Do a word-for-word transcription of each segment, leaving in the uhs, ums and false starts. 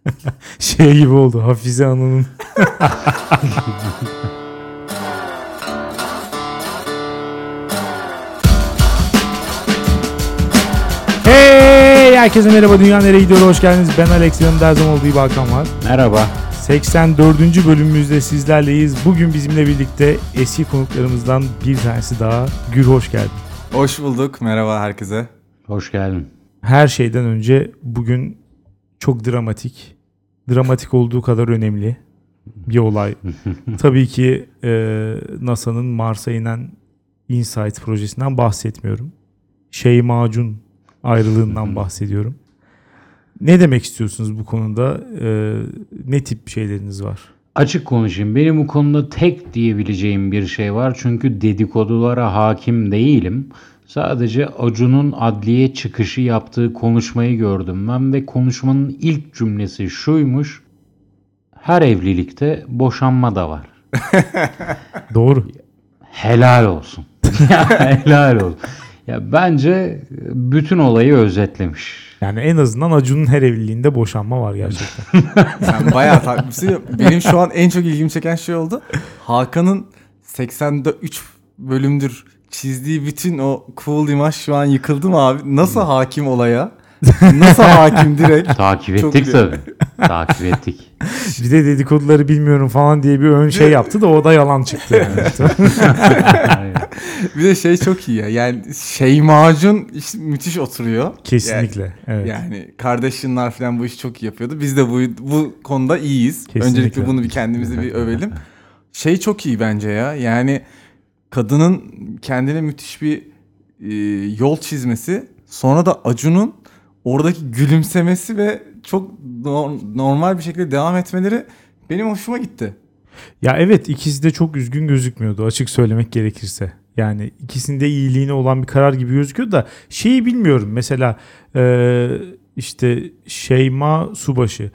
Şey gibi oldu. Hafize Ana'nın. Hey! Herkese merhaba. Dünya nereye gidiyor? Hoş geldiniz. Ben Alex. Yanımda her zaman olduğu gibi Hakan var. Merhaba. seksen dördüncü bölümümüzde sizlerleyiz. Bugün bizimle birlikte eski konuklarımızdan bir tanesi daha. Gür, hoş geldin. Hoş bulduk. Merhaba herkese. Hoş geldin. Her şeyden önce bugün çok dramatik, dramatik olduğu kadar önemli bir olay. Tabii ki e, NASA'nın Mars'a inen InSight projesinden bahsetmiyorum. Şeyma Acun ayrılığından bahsediyorum. Ne demek istiyorsunuz bu konuda? E, ne tip şeyleriniz var? Açık konuşayım. Benim bu konuda tek diyebileceğim bir şey var. Çünkü dedikodulara hakim değilim. Sadece Acun'un adliye çıkışı yaptığı konuşmayı gördüm ben ve konuşmanın ilk cümlesi şuymuş: her evlilikte boşanma da var. Doğru. Helal olsun. Ya, helal olsun. Ya bence bütün olayı özetlemiş. Yani en azından Acun'un her evliliğinde boşanma var gerçekten. Sen bayağı takipçisi. Benim şu an en çok ilgimi çeken şey oldu. Hakan'ın seksen üç bölümdür çizdiği bütün o cool imaj şu an yıkıldı mı abi? Nasıl hakim olaya? Nasıl hakim direkt? Takip Çok ettik güzel. tabii. Takip ettik. Bir de dedikoduları bilmiyorum falan diye bir ön şey yaptı da o da yalan çıktı yani. Bir de şey çok iyi ya. Yani şey macun işte müthiş oturuyor. Kesinlikle. Yani, evet. yani kardeşinler falan bu işi çok iyi yapıyordu. Biz de bu bu konuda iyiyiz. Kesinlikle. Öncelikle bunu bir kendimizi bir övelim. Şey çok iyi bence ya. Yani kadının kendine müthiş bir e, yol çizmesi, sonra da Acun'un oradaki gülümsemesi ve çok no- normal bir şekilde devam etmeleri benim hoşuma gitti. Ya evet, ikisi de çok üzgün gözükmüyordu açık söylemek gerekirse. Yani ikisinde iyiliğine olan bir karar gibi gözüküyor da şeyi bilmiyorum. Mesela e, işte Şeyma Subaşı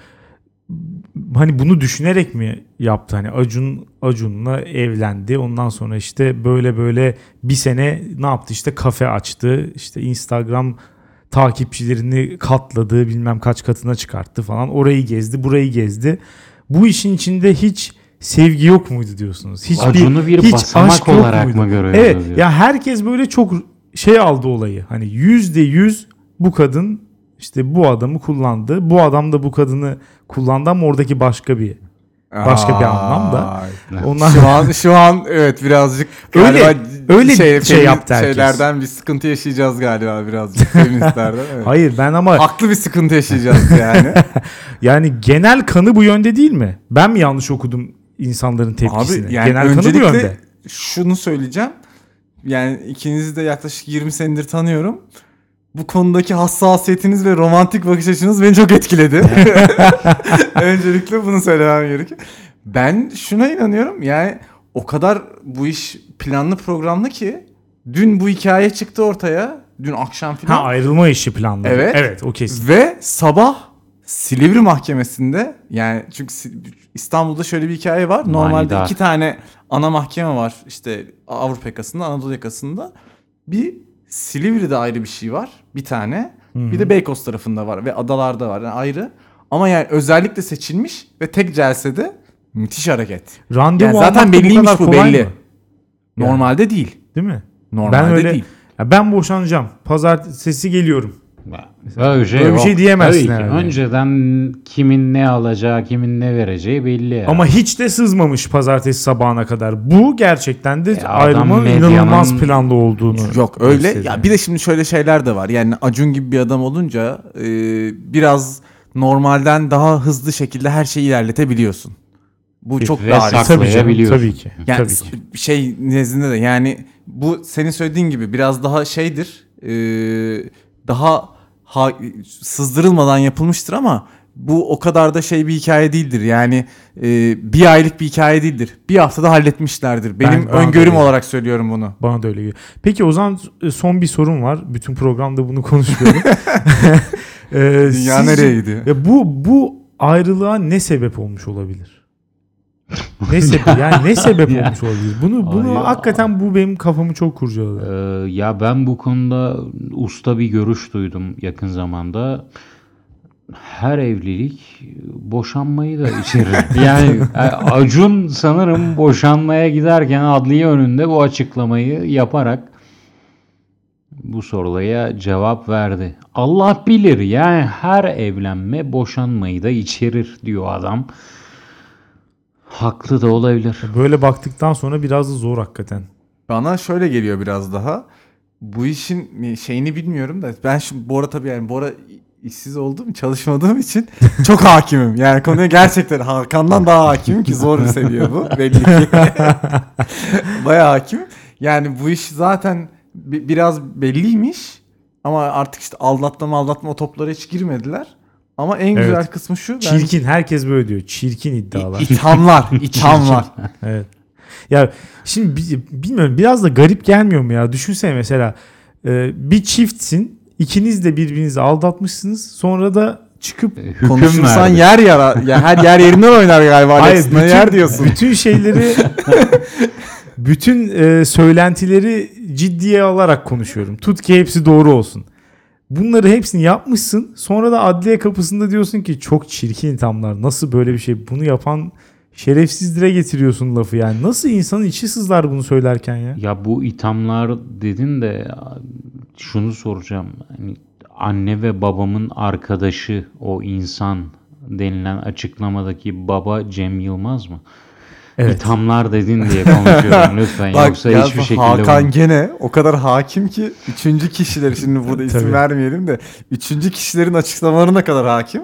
hani bunu düşünerek mi yaptı? Hani Acun Acun'la evlendi. Ondan sonra işte böyle böyle bir sene ne yaptı? İşte kafe açtı. İşte Instagram takipçilerini katladı, bilmem kaç katına çıkarttı falan. Orayı gezdi, burayı gezdi. Bu işin içinde hiç sevgi yok muydu diyorsunuz? Hiç Acun'u bir hiç basamak aşk yok olarak muydu? mı görüyordu? Evet. diyor. Ya herkes böyle çok şey aldı olayı. Hani yüzde yüz bu kadın işte bu adamı kullandı. Bu adam da bu kadını kullandı ama oradaki başka bir başka bir anlamda. Ay. Ondan Şu an şu an evet birazcık Öyle- galiba öyle şey feminist yaptı herkes. Şeylerden bir sıkıntı yaşayacağız galiba birazcık feministlerden. Evet. hayır ben ama Haklı bir sıkıntı yaşayacağız yani. yani genel kanı bu yönde değil mi? Ben mi yanlış okudum insanların tepkisini? Abi yani genel kanı bu öncelikle yönde. şunu söyleyeceğim. Yani ikinizi de yaklaşık yirmi senedir tanıyorum. Bu konudaki hassasiyetiniz ve romantik bakış açınız beni çok etkiledi. Öncelikle bunu söylemem gerekiyor. Ben şuna inanıyorum. Yani o kadar bu iş planlı programlı ki dün bu hikaye çıktı ortaya. Dün akşam falan. Ha, ayrılma işi planladı. Evet. Evet, o kesin. Ve sabah Silivri Mahkemesi'nde, yani çünkü İstanbul'da şöyle bir hikaye var. Normalde Manidar. iki tane ana mahkeme var. İşte Avrupa yakasında, Anadolu yakasında. Bir Silivri'de ayrı bir şey var. Bir tane. Hı-hı. Bir de Beykoz tarafında var ve adalarda var. Yani ayrı. Ama yani özellikle seçilmiş ve tek celsede müthiş hareket. Randevu Yani zaten almak da bu belliymiş kadar bu, kolay belli. mı? Normalde değil. Değil mi? Normalde ben öyle değil. ya ben boşanacağım. Pazartesi geliyorum. Böyle bir şey, Böyle bir yok. şey diyemezsin Tabii ki. herhalde. Önceden kimin ne alacağı, kimin ne vereceği belli ya. Ama hiç de sızmamış pazartesi sabahına kadar. Bu gerçekten de Ya adam ayrılmanın medyanın- inanılmaz planlı olduğunu. Yok öyle. gösteriyor. Ya bir de şimdi şöyle şeyler de var. Yani Acun gibi bir adam olunca e, biraz normalden daha hızlı şekilde her şeyi ilerletebiliyorsun. Bu çok Ve bariz. Tabii canım, saklayabiliyorsun. tabii ki. Yani tabii s- ki. şey nezdinde de yani bu senin söylediğin gibi biraz daha şeydir. e, daha ha, sızdırılmadan yapılmıştır ama bu o kadar da şey bir hikaye değildir. Yani e, bir aylık bir hikaye değildir. Bir haftada halletmişlerdir. Benim Ben- bana da öngörüm öyle. olarak söylüyorum bunu. Bana da öyle geliyor. Peki o zaman son bir sorum var. Bütün programda bunu konuşuyorum. Ee, Dünya sizce- nereye gidiyor? Ya bu bu ayrılığa ne sebep olmuş olabilir? Ne sebep yani ne sebep Ya. olmuş olabilir? Bunu bunu Ay. hakikaten bu benim kafamı çok kurcaladı. Ee, ya ben bu konuda usta bir görüş duydum yakın zamanda. Her evlilik boşanmayı da içerir. Yani Acun sanırım boşanmaya giderken adliye önünde bu açıklamayı yaparak bu soruya cevap verdi. Allah bilir, yani her evlenme boşanmayı da içerir diyor adam. Haklı da olabilir. Böyle baktıktan sonra biraz da zor hakikaten. Bana şöyle geliyor biraz daha. Bu işin şeyini bilmiyorum da ben şimdi bu ara tabii yani bu ara işsiz olduğum, çalışmadığım için çok hakimim. Yani konuya gerçekten Hakan'dan daha hakimim ki zor bir seviye bu belli ki. Bayağı hakimim. Yani bu iş zaten bi- biraz belliymiş ama artık işte aldatma aldatma o toplara hiç girmediler. Ama en güzel Evet. kısmı şu. Çirkin, herkes böyle diyor. Çirkin iddialar. İthamlar, ithamlar. Evet. Ya şimdi bi- bilmiyorum, biraz da garip gelmiyor mu ya? Düşünsene mesela e, bir çiftsin, ikiniz de birbirinizi aldatmışsınız. Sonra da çıkıp Hüküm Konuşursan verdi. yer yara. Ya her yer yerinden oynar galiba. hayır, Alex. Ne bütün, yer diyorsun. bütün şeyleri bütün e, söylentileri ciddiye alarak konuşuyorum. Tut ki hepsi doğru olsun. Bunları hepsini yapmışsın. Sonra da adliye kapısında diyorsun ki çok çirkin ithamlar. Nasıl böyle bir şey? Bunu yapan şerefsizlere getiriyorsun lafı yani. Nasıl insanın içi sızlar bunu söylerken ya? Ya bu ithamlar dedin de şunu soracağım. Hani anne ve babamın arkadaşı o insan denilen açıklamadaki baba Cem Yılmaz mı? Evet. İthamlar dedin diye konuşuyorum lütfen. Bak Yoksa ya hiçbir bu şekilde Hakan bunu- gene o kadar hakim ki üçüncü kişileri şimdi burada isim Tabii. vermeyelim de üçüncü kişilerin açıklamalarına kadar hakim.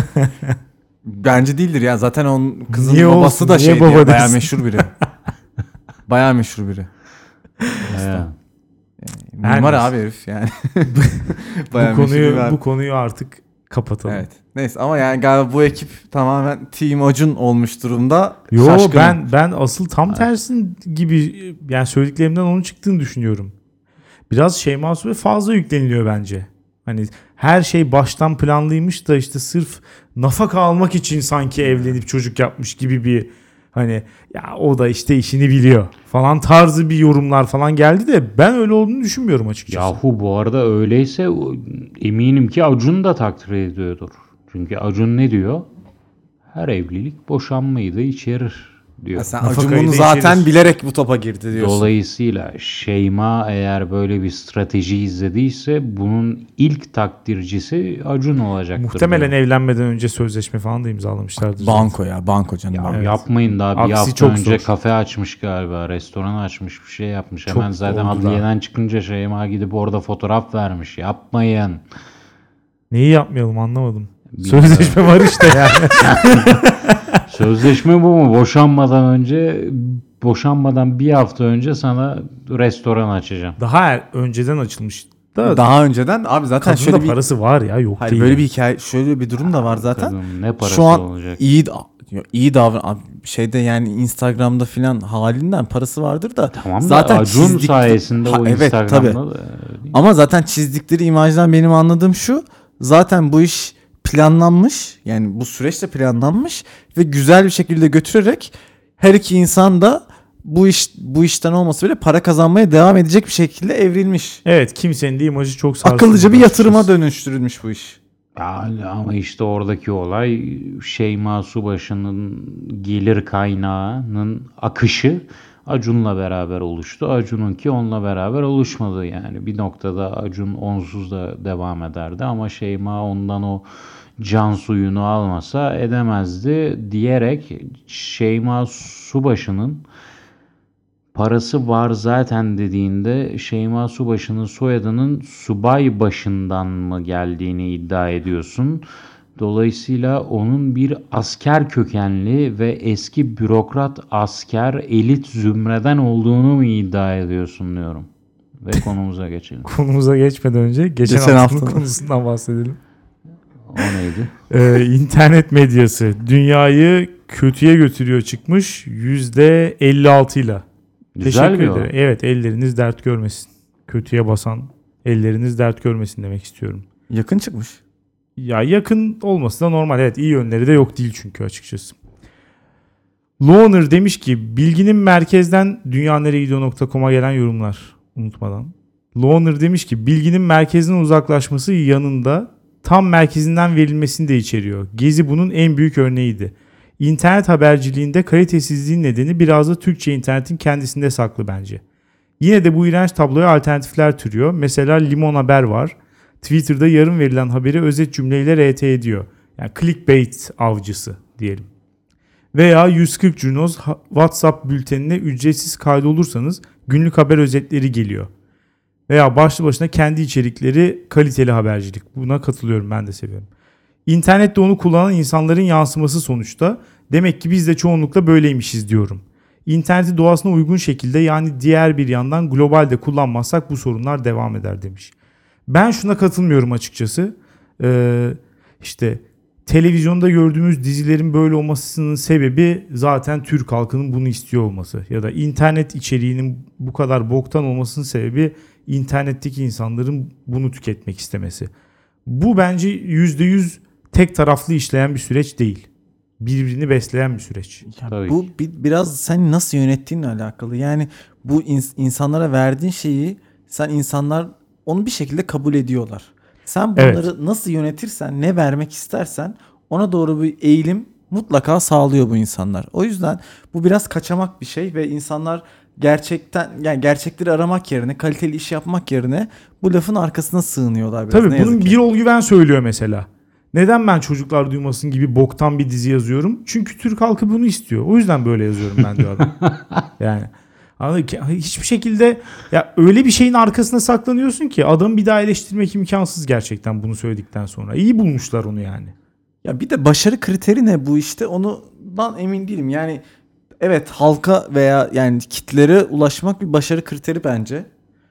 Bence değildir ya. Zaten onun kızın Niye babası olsun? da Niye şeydi baba ya, bayağı dersin? meşhur biri. Bayağı meşhur biri. He. Mimar neyse. abi herif yani. Bu Bayağı meşhur konuyu bir abi. bu konuyu artık kapatalım. Evet. Neyse ama yani galiba bu ekip tamamen Team Acun olmuş durumda. Yo Şaşkınım. ben ben asıl tam tersin gibi, yani söylediklerimden onun çıktığını düşünüyorum. Biraz Şeyma Su'ya fazla yükleniliyor bence. Hani her şey baştan planlıymış da işte sırf nafaka almak için sanki evlenip çocuk yapmış gibi bir, hani ya o da işte işini biliyor falan tarzı bir yorumlar falan geldi de ben öyle olduğunu düşünmüyorum açıkçası. Yahu bu arada öyleyse o- eminim ki Acun da takdir ediyordur. Çünkü Acun ne diyor? Her evlilik boşanmayı da içerir diyor. Ya sen Nafakayı Acun bunu da zaten içeriz. bilerek bu topa girdi diyorsun. Dolayısıyla Şeyma eğer böyle bir strateji izlediyse bunun ilk takdircisi Acun olacaktır. Muhtemelen diyor. evlenmeden önce sözleşme falan da imzalamışlardır. Banko ya, banko canım. Ya banko. Evet. yapmayın daha bir Aksi hafta çok önce zor. kafe açmış galiba, restoran açmış, bir şey yapmış. Çok Hemen zaten oldu adliyeden çıkınca Şeyma gidip orada fotoğraf vermiş. Yapmayın. Neyi yapmayalım anlamadım. Bilmiyorum. Sözleşme var işte yani. Sözleşme bu mu? Boşanmadan önce, boşanmadan bir hafta önce sana restoran açacağım. Daha er- önceden açılmış da Daha önceden abi zaten kadının şöyle da bir parası var ya, yok hayır değil. böyle bir hikaye, şöyle bir durum da var zaten. Kadın ne parası Şu an olacak? iyi da- iyi davran abi, şeyde yani Instagram'da filan halinden parası vardır da Tamam da zaten Acun çizdik- sayesinde Ha, o evet, Instagram'da tabii. da, Ama zaten çizdikleri imajdan benim anladığım şu. Zaten bu iş planlanmış. Yani bu süreç de planlanmış ve güzel bir şekilde götürerek her iki insan da bu iş bu işten olmasa bile para kazanmaya devam edecek bir şekilde evrilmiş. Evet, kimsenin de imajı çok sarsılmış. Akıllıca bir yatırıma açıkçası. dönüştürülmüş bu iş. Yani ama işte oradaki olay Şeyma Subaşı'nın gelir kaynağının akışı Acun'la beraber oluştu. Acun'unki onunla beraber oluşmadı yani. Bir noktada Acun onsuz da devam ederdi ama Şeyma ondan o can suyunu almasa edemezdi diyerek Şeyma Subaşı'nın parası var zaten dediğinde Şeyma Subaşı'nın soyadının subay başından mı geldiğini iddia ediyorsun. Dolayısıyla onun bir asker kökenli ve eski bürokrat asker elit zümreden olduğunu mu iddia ediyorsun diyorum. Ve konumuza geçelim. Konumuza geçmeden önce geçen, Geçen haftanın haftanın. konusundan bahsedelim. O neydi? Ee, internet medyası dünyayı kötüye götürüyor çıkmış yüzde elli altı ile. Güzel Teşekkür bir o. ederim. Evet, elleriniz dert görmesin. Kötüye basan elleriniz dert görmesin demek istiyorum. Yakın çıkmış. Ya yakın olması da normal. Evet, iyi yönleri de yok değil çünkü açıkçası. Loner demiş ki bilginin merkezden dünyaneregidiyor nokta com'a gelen yorumlar unutmadan. Loner demiş ki bilginin merkezden uzaklaşması yanında tam merkezinden verilmesini de içeriyor. Gezi bunun en büyük örneğiydi. İnternet haberciliğinde kalitesizliğin nedeni biraz da Türkçe internetin kendisinde saklı bence. Yine de bu iğrenç tabloya alternatifler türüyor. Mesela Limon Haber var. Twitter'da yarım verilen haberi özet cümleyle R T ediyor. Yani clickbait avcısı diyelim. Veya yüz kırk Junos WhatsApp bültenine ücretsiz kaydolursanız günlük haber özetleri geliyor. Veya başlı başına kendi içerikleri kaliteli habercilik. Buna katılıyorum, ben de seviyorum. İnternette onu kullanan insanların yansıması sonuçta. Demek ki biz de çoğunlukla böyleymişiz diyorum. İnterneti doğasına uygun şekilde, yani diğer bir yandan globalde kullanmazsak bu sorunlar devam eder demiş. Ben şuna katılmıyorum açıkçası. Ee, işte televizyonda gördüğümüz dizilerin böyle olmasının sebebi zaten Türk halkının bunu istiyor olması. Ya da internet içeriğinin bu kadar boktan olmasının sebebi internetteki insanların bunu tüketmek istemesi. Bu bence yüzde yüz tek taraflı işleyen bir süreç değil. Birbirini besleyen bir süreç. Ya Tabii bu ki. bir, biraz sen nasıl yönettiğinle alakalı. Yani bu ins- insanlara verdiğin şeyi sen insanlar onu bir şekilde kabul ediyorlar. Sen bunları Evet. nasıl yönetirsen, ne vermek istersen ona doğru bir eğilim mutlaka sağlıyor bu insanlar. O yüzden bu biraz kaçamak bir şey ve insanlar gerçekten, yani gerçekleri aramak yerine, kaliteli iş yapmak yerine bu lafın arkasına sığınıyorlar biraz. Tabii ne yazık bunun ki. Birol Güven söylüyor mesela. Neden ben çocuklar duymasın gibi boktan bir dizi yazıyorum? Çünkü Türk halkı bunu istiyor. O yüzden böyle yazıyorum ben diyor adam. Yani anladın mı? Hiçbir şekilde ya öyle bir şeyin arkasına saklanıyorsun ki adamı bir daha eleştirmek imkansız gerçekten bunu söyledikten sonra. İyi bulmuşlar onu yani. Ya bir de başarı kriteri ne bu işte, ondan emin değilim. Yani evet, halka veya yani kitlere ulaşmak bir başarı kriteri bence.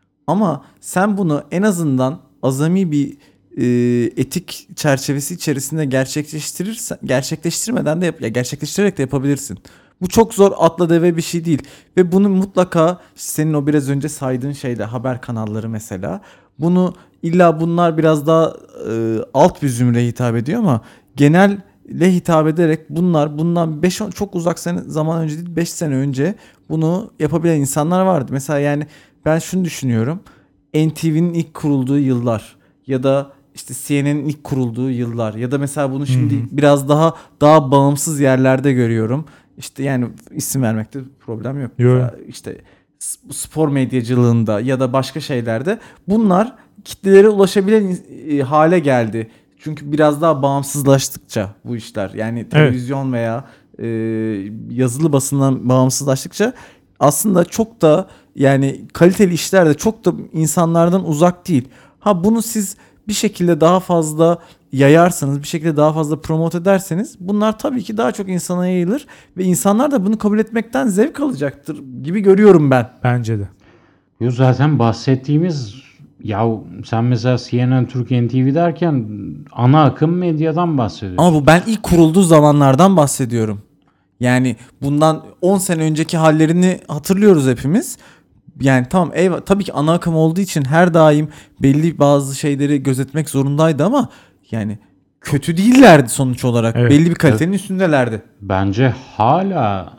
Ama sen bunu en azından azami bir e, etik çerçevesi içerisinde gerçekleştirirsen, gerçekleştirmeden de yap, ya gerçekleştirerek de yapabilirsin. Bu çok zor atla deve bir şey değil. Ve bunu mutlaka senin o biraz önce saydığın şeyle, haber kanalları mesela. Bunu illa bunlar biraz daha e, alt bir zümreye hitap ediyor ama genelle hitap ederek bunlar bundan beş çok uzak sene, zaman önce değil, beş sene önce bunu yapabilen insanlar vardı. Mesela yani ben şunu düşünüyorum. N T V'nin ilk kurulduğu yıllar ya da işte C N N'in ilk kurulduğu yıllar ya da mesela bunu şimdi Hı hı. biraz daha daha bağımsız yerlerde görüyorum. İşte yani isim vermekte problem yok. Yo. Mesela işte spor medyacılığında ya da başka şeylerde bunlar kitlelere ulaşabilen e, hale geldi. Çünkü biraz daha bağımsızlaştıkça bu işler, yani televizyon veya e, yazılı basından bağımsızlaştıkça aslında çok da yani kaliteli işler de çok da insanlardan uzak değil. Ha bunu siz bir şekilde daha fazla yayarsanız, bir şekilde daha fazla promote ederseniz bunlar tabii ki daha çok insana yayılır ve insanlar da bunu kabul etmekten zevk alacaktır gibi görüyorum ben. Bence de. Yo, zaten bahsettiğimiz, ya sen mesela C N N Türk, N T V derken ana akım medyadan bahsediyorsun. Ama bu ben ilk kurulduğu zamanlardan bahsediyorum. Yani bundan on sene önceki hallerini hatırlıyoruz hepimiz. Yani tamam, eyvallah, tabii ki ana akım olduğu için her daim belli bazı şeyleri gözetmek zorundaydı ama yani kötü değillerdi sonuç olarak. Evet. Belli bir kalitenin üstündelerdi. Bence hala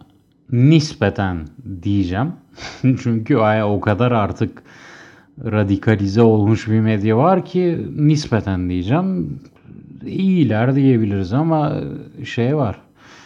nispeten diyeceğim. Çünkü o kadar artık radikalize olmuş bir medya var ki nispeten diyeceğim. İyiler diyebiliriz ama şey var.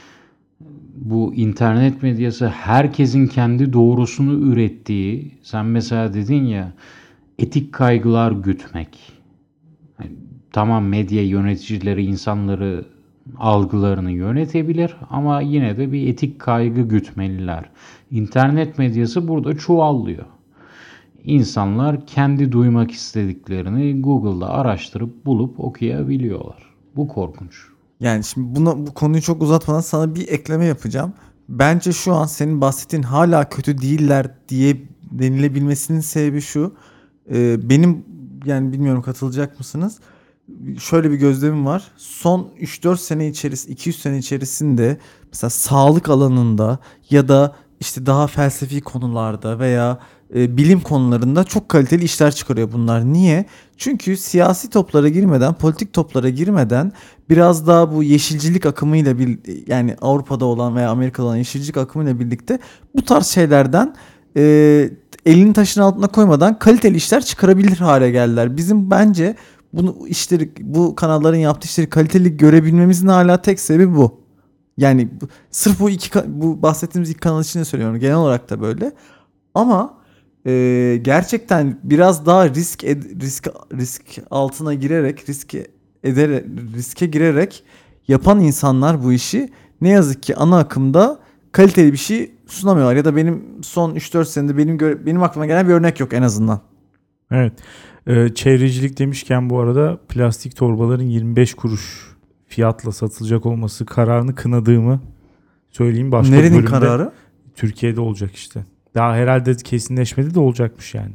Bu internet medyası herkesin kendi doğrusunu ürettiği, sen mesela dedin ya, etik kaygılar gütmek. Yani tamam, medya yöneticileri insanları, algılarını yönetebilir ama yine de bir etik kaygı gütmeliler. İnternet medyası burada çuvallıyor. İnsanlar kendi duymak istediklerini Google'da araştırıp bulup okuyabiliyorlar. Bu korkunç. Yani şimdi buna, bu konuyu çok uzatmadan sana bir ekleme yapacağım. Bence şu an senin bahsettiğin hala kötü değiller diye denilebilmesinin sebebi şu. Ee, benim yani bilmiyorum, katılacak mısınız? Şöyle bir gözlemim var. Son üç dört sene içerisinde, iki yüz sene içerisinde mesela sağlık alanında ya da işte daha felsefi konularda veya e, bilim konularında çok kaliteli işler çıkarıyor bunlar. Niye? Çünkü siyasi toplara girmeden, politik toplara girmeden biraz daha bu yeşilcilik akımıyla bir, yani Avrupa'da olan veya Amerika'da olan yeşilcilik akımıyla birlikte bu tarz şeylerden e, elini taşın altına koymadan kaliteli işler çıkarabilir hale geldiler. Bizim bence bunu işleri, bu kanalların yaptığı işleri kaliteli görebilmemizin hala tek sebebi bu. Yani bu, sırf bu iki bu bahsettiğimiz iki kanal için de söylüyorum. Genel olarak da böyle. Ama e, gerçekten biraz daha risk ed, risk risk altına girerek, riske ederek, riske girerek yapan insanlar bu işi ne yazık ki ana akımda kaliteli bir şey sunamıyorlar. Ya da benim son üç dört senede benim göre, benim aklıma gelen bir örnek yok en azından. Evet. Ee, çevrecilik demişken bu arada plastik torbaların yirmi beş kuruş fiyatla satılacak olması kararını kınadığımı söyleyeyim. Başka Nerenin bölümde, kararı? Türkiye'de olacak işte. Daha herhalde kesinleşmedi de olacakmış yani.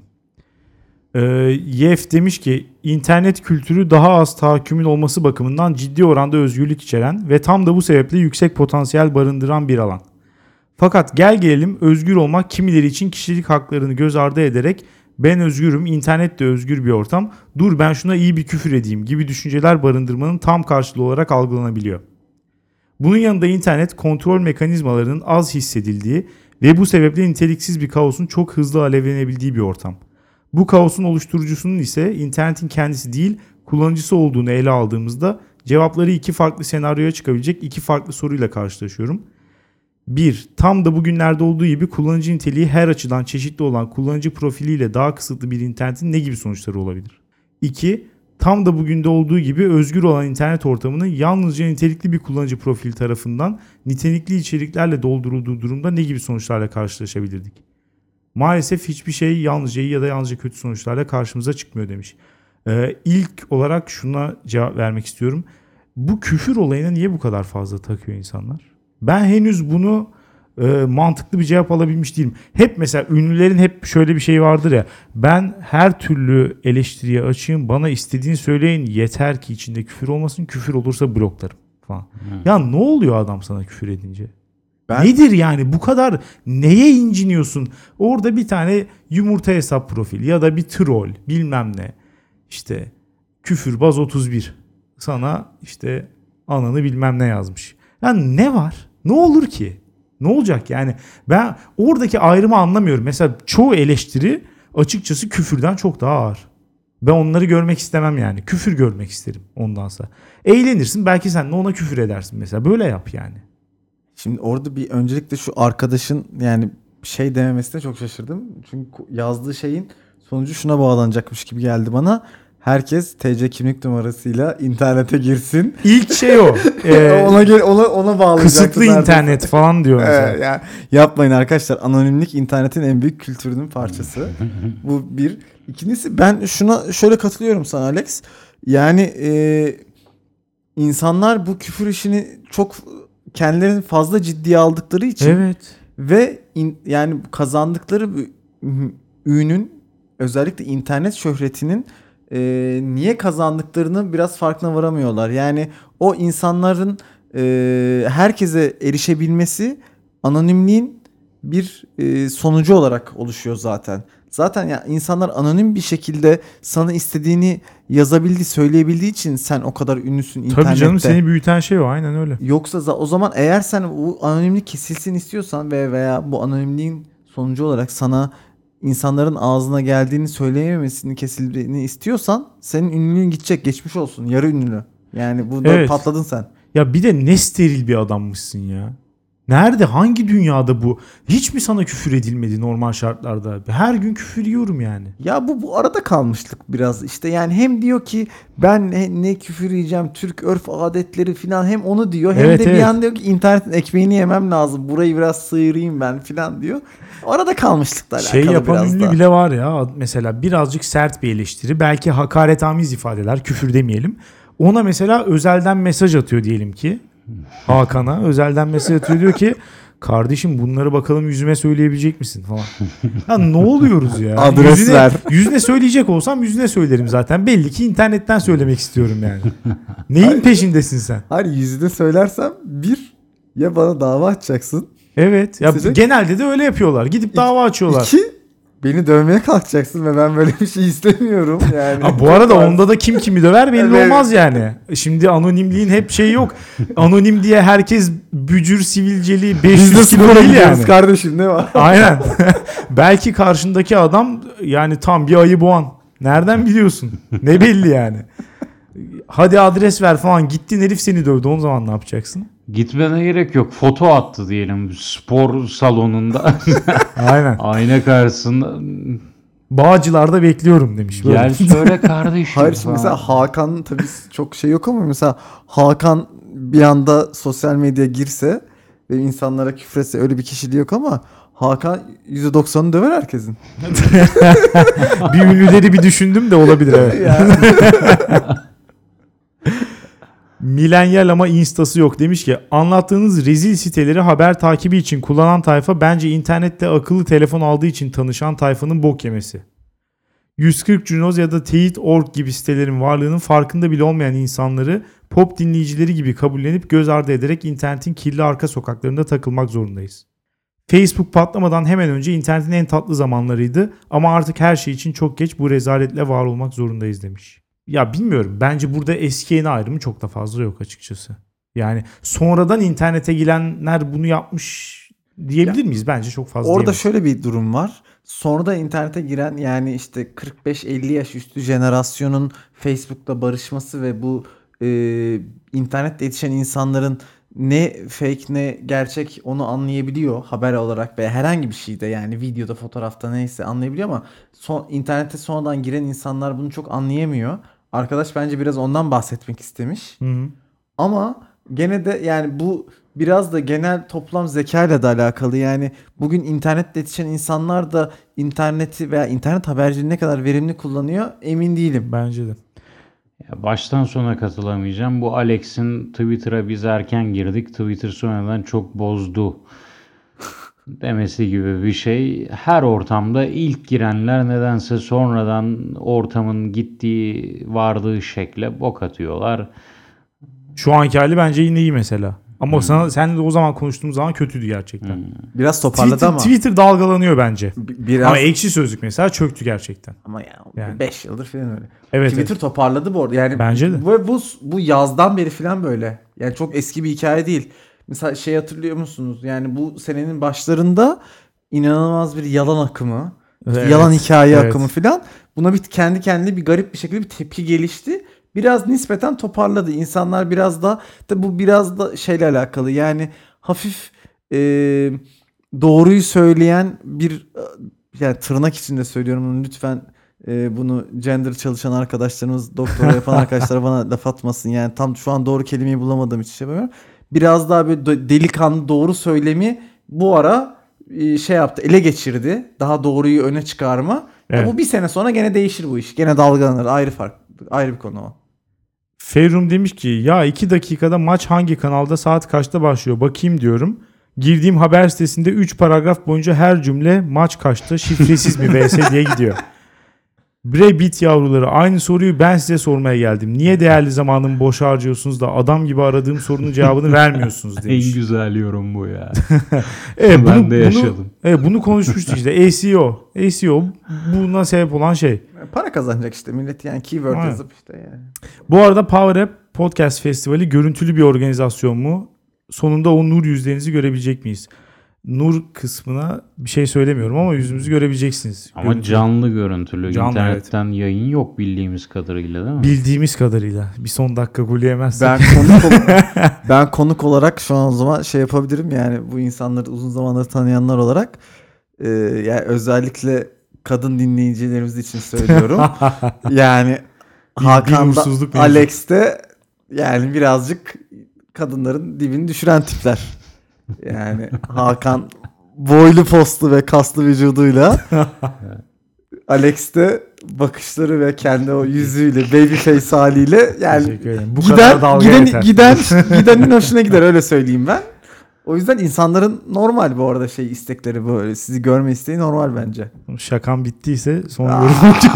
Ee, Yef demiş ki internet kültürü daha az tahakkümün olması bakımından ciddi oranda özgürlük içeren ve tam da bu sebeple yüksek potansiyel barındıran bir alan. Fakat gel gelelim özgür olmak kimileri için kişilik haklarını göz ardı ederek ben özgürüm, internet de özgür bir ortam, dur ben şuna iyi bir küfür edeyim gibi düşünceler barındırmanın tam karşılığı olarak algılanabiliyor. Bunun yanında internet kontrol mekanizmalarının az hissedildiği ve bu sebeple niteliksiz bir kaosun çok hızlı alevlenebildiği bir ortam. Bu kaosun oluşturucusunun ise internetin kendisi değil, kullanıcısı olduğunu ele aldığımızda cevapları iki farklı senaryoya çıkabilecek iki farklı soruyla karşılaşıyorum. bir. Tam da bugünlerde olduğu gibi kullanıcı niteliği her açıdan çeşitli olan kullanıcı profiliyle daha kısıtlı bir internetin ne gibi sonuçları olabilir? iki. Tam da bugün de olduğu gibi özgür olan internet ortamının yalnızca nitelikli bir kullanıcı profili tarafından nitelikli içeriklerle doldurulduğu durumda ne gibi sonuçlarla karşılaşabilirdik? Maalesef hiçbir şey yalnızca iyi ya da yalnızca kötü sonuçlarla karşımıza çıkmıyor demiş. Ee, ilk olarak şuna cevap vermek istiyorum. Bu küfür olayına niye bu kadar fazla takıyor insanlar? Ben henüz bunu e, mantıklı bir cevap alabilmiş değilim. Hep mesela ünlülerin hep şöyle bir şey vardır ya. Ben her türlü eleştiriye açığım. Bana istediğini söyleyin. Yeter ki içinde küfür olmasın. Küfür olursa bloklarım falan. Hmm. Ya ne oluyor adam sana küfür edince? Ben... Nedir yani bu kadar neye inciniyorsun? Orada bir tane yumurta hesap profili ya da bir troll bilmem ne. İşte küfürbaz otuz bir. Sana işte ananı bilmem ne yazmış. Yani ne var? Ne olur ki? Ne olacak yani? Ben oradaki ayrımı anlamıyorum. Mesela çoğu eleştiri açıkçası küfürden çok daha ağır. Ben onları görmek istemem yani. Küfür görmek isterim ondansa. Eğlenirsin belki sen de ona küfür edersin mesela. Böyle yap yani. Şimdi orada bir öncelikle şu arkadaşın yani şey dememesine çok şaşırdım. Çünkü yazdığı şeyin sonucu şuna bağlanacakmış gibi geldi bana. Herkes T C kimlik numarasıyla internete girsin. İlk şey o. Ee, ona gel ona ona bağlayacaktı. Kısıtlı internet falan diyor mesela. Ee, yani yapmayın arkadaşlar. Anonimlik internetin en büyük kültürünün parçası. Bu bir. İkincisi ben şuna şöyle katılıyorum sana Alex. Yani e, insanlar bu küfür işini çok kendilerini fazla ciddiye aldıkları için evet. Ve in, yani kazandıkları ünün özellikle internet şöhretinin e, niye kazandıklarını biraz farkına varamıyorlar. Yani o insanların e, herkese erişebilmesi anonimliğin bir e, sonucu olarak oluşuyor zaten. Zaten ya insanlar anonim bir şekilde sana istediğini yazabildiği, söyleyebildiği için sen o kadar ünlüsün internette. Tabii canım seni büyüten şey o aynen öyle. Yoksa o zaman eğer sen bu anonimlik kesilsin istiyorsan ve veya bu anonimliğin sonucu olarak sana insanların ağzına geldiğini söyleyememesini kesildiğini istiyorsan senin ünlülüğün gidecek, geçmiş olsun, yarı ünlü. Yani burada evet. Patladın sen. Ya bir de ne steril bir adammışsın ya. Nerede? Hangi dünyada bu? Hiç mi sana küfür edilmedi normal şartlarda? Her gün küfür yiyorum yani. Ya bu bu arada kalmışlık biraz işte. Yani hem diyor ki ben ne, ne küfür yiyeceğim, Türk örf adetleri falan, hem onu diyor. Hem evet, de evet. Bir an diyor ki internetin ekmeğini yemem lazım. Burayı biraz sıyırayım ben falan diyor. Arada kalmışlıkla alakalı şey biraz da. Şey yapan ünlü bile var ya. Mesela birazcık sert bir eleştiri. Belki hakaretamiz ifadeler. Küfür demeyelim. Ona mesela özelden mesaj atıyor diyelim ki. Hakan'a özelden mesaj atıyor, diyor ki kardeşim bunları bakalım yüzüme söyleyebilecek misin falan. Ya ne oluyoruz ya? Adres yüzüne, ver. Yüzüne söyleyecek olsam yüzüne söylerim zaten. Belli ki internetten söylemek istiyorum yani. Neyin hayır, peşindesin sen? Hayır, yüzüne söylersem bir ya bana dava açacaksın. Evet. Ya genelde de öyle yapıyorlar. Gidip İki, dava açıyorlar. İki beni dövmeye kalkacaksın ve ben böyle bir şey istemiyorum yani. Ha, bu arada onda da kim kimi döver belli evet. olmaz yani. Şimdi anonimliğin hep şey yok. Anonim diye herkes bücür sivilceli beş yüz kilo değil yani. Kardeşim ne var? Aynen. Belki karşındaki adam yani tam bir ayı boğan. Nereden biliyorsun? Ne belli yani? Hadi adres ver falan. Gittin herif seni dövdü. O zaman ne yapacaksın? Gitmene gerek yok. Foto attı diyelim spor salonunda. Aynen. Ayna karşısında. Bağcılar'da bekliyorum demiş. Böyle. Gel söyle kardeşim. Hayır şimdi mesela Hakan tabii çok şey yok ama mesela Hakan bir anda sosyal medyaya girse ve insanlara küfretse öyle bir kişiliği yok ama Hakan yüzde doksanını döver herkesin. Bir ünlüleri bir düşündüm de olabilir evet. Milenyal ama instası yok demiş ki anlattığınız rezil siteleri haber takibi için kullanan tayfa bence internette akıllı telefon aldığı için tanışan tayfanın bok yemesi. yüz kırk Junoz ya da teyit nokta org gibi sitelerin varlığının farkında bile olmayan insanları pop dinleyicileri gibi kabullenip göz ardı ederek internetin kirli arka sokaklarında takılmak zorundayız. Facebook patlamadan hemen önce internetin en tatlı zamanlarıydı ama artık her şey için çok geç bu rezaletle var olmak zorundayız demiş. Ya bilmiyorum. Bence burada eski yeni ayrımı çok da fazla yok açıkçası. Yani sonradan internete girenler bunu yapmış diyebilir ya, miyiz? Bence çok fazla orada diyemeyiz. Şöyle bir durum var. Sonradan internete giren yani işte kırk beş elli yaş üstü jenerasyonun Facebook'ta barışması ve bu e, internette yetişen insanların ne fake ne gerçek onu anlayabiliyor haber olarak veya herhangi bir şeyde yani videoda fotoğrafta neyse anlayabiliyor ama son, internete sonradan giren insanlar bunu çok anlayamıyor. Arkadaş bence biraz ondan bahsetmek istemiş. Hı hı. Ama gene de yani bu biraz da genel toplam zekayla da alakalı. Yani bugün internette yetişen insanlar da interneti veya internet haberciliğini ne kadar verimli kullanıyor emin değilim. Bence de. Ya baştan sona katılamayacağım. Bu Alex'in Twitter'a biz erken girdik. Twitter sonradan çok bozdu demesi gibi bir şey. Her ortamda ilk girenler nedense sonradan ortamın gittiği, vardığı şekle bok atıyorlar. Şu anki hali bence yine iyi mesela. Ama hmm. sana sen de o zaman konuştuğumuz zaman kötüydü gerçekten. Hmm. Biraz toparladı Twitter, ama. Twitter dalgalanıyor bence. Biraz... Ama Ekşi Sözlük mesela çöktü gerçekten. Ama ya beş yani. yıldır falan öyle. Evet, Twitter evet. toparladı bu arada. Yani bence de. Bu, bu bu yazdan beri falan böyle. Yani çok eski bir hikaye değil. Mesela şey hatırlıyor musunuz? Yani bu senenin başlarında inanılmaz bir yalan akımı, evet. yalan hikaye evet. akımı falan. Buna bir kendi kendine bir garip bir şekilde bir tepki gelişti. Biraz nispeten toparladı. İnsanlar biraz da tabi bu biraz da şeyle alakalı. Yani hafif e, doğruyu söyleyen bir yani tırnak içinde söylüyorum lütfen e, bunu gender çalışan arkadaşlarımız, doktora yapan arkadaşlar bana laf atmasın. Yani tam şu an doğru kelimeyi bulamadığım için şey yapıyorum. Biraz daha böyle delikanlı doğru söylemi bu ara e, şey yaptı, ele geçirdi. Daha doğruyu öne çıkarma. Evet. Bu bir sene sonra gene değişir bu iş. Gene dalgalanır. Ayrı fark, ayrı bir konu o. Ferrum demiş ki ya iki dakikada maç hangi kanalda saat kaçta başlıyor bakayım diyorum. Girdiğim haber sitesinde üç paragraf boyunca her cümle maç kaçta şifresiz mi vs diye gidiyor. Bre bit yavruları aynı soruyu ben size sormaya geldim. Niye değerli zamanımı boş harcıyorsunuz da adam gibi aradığım sorunun cevabını vermiyorsunuz demiş. En güzel yorum bu ya. evet, ben bunu, de yaşadım. Bunu, evet, bunu konuşmuştuk işte. S E O. S E O buna sebep olan şey. Para kazanacak işte millet yani keyword Aynen. yazıp işte yani. Bu arada Power App Podcast Festivali görüntülü bir organizasyon mu? Sonunda o nur yüzlerinizi görebilecek miyiz? Nur kısmına bir şey söylemiyorum ama yüzümüzü görebileceksiniz. Ama görüntülü. canlı görüntülü. Canlı, İnternetten evet. yayın yok bildiğimiz kadarıyla değil mi? Bildiğimiz kadarıyla. Bir son dakika gol yemezsek. Ben konuk, ol- ben konuk olarak şu an o zaman şey yapabilirim yani bu insanları uzun zamandır tanıyanlar olarak e, yani özellikle kadın dinleyicilerimiz için söylüyorum. yani Hakan'da, Alex'te yani birazcık kadınların dibini düşüren tipler. Yani Hakan boylu postlu ve kaslı vücuduyla Alex de bakışları ve kendi o yüzüyle baby face haliyle yani Bu giden giden giden gidenin hoşuna gider öyle söyleyeyim ben. O yüzden insanların normal bu arada şey istekleri böyle sizi görme isteği normal bence. Şakam bittiyse son yorum.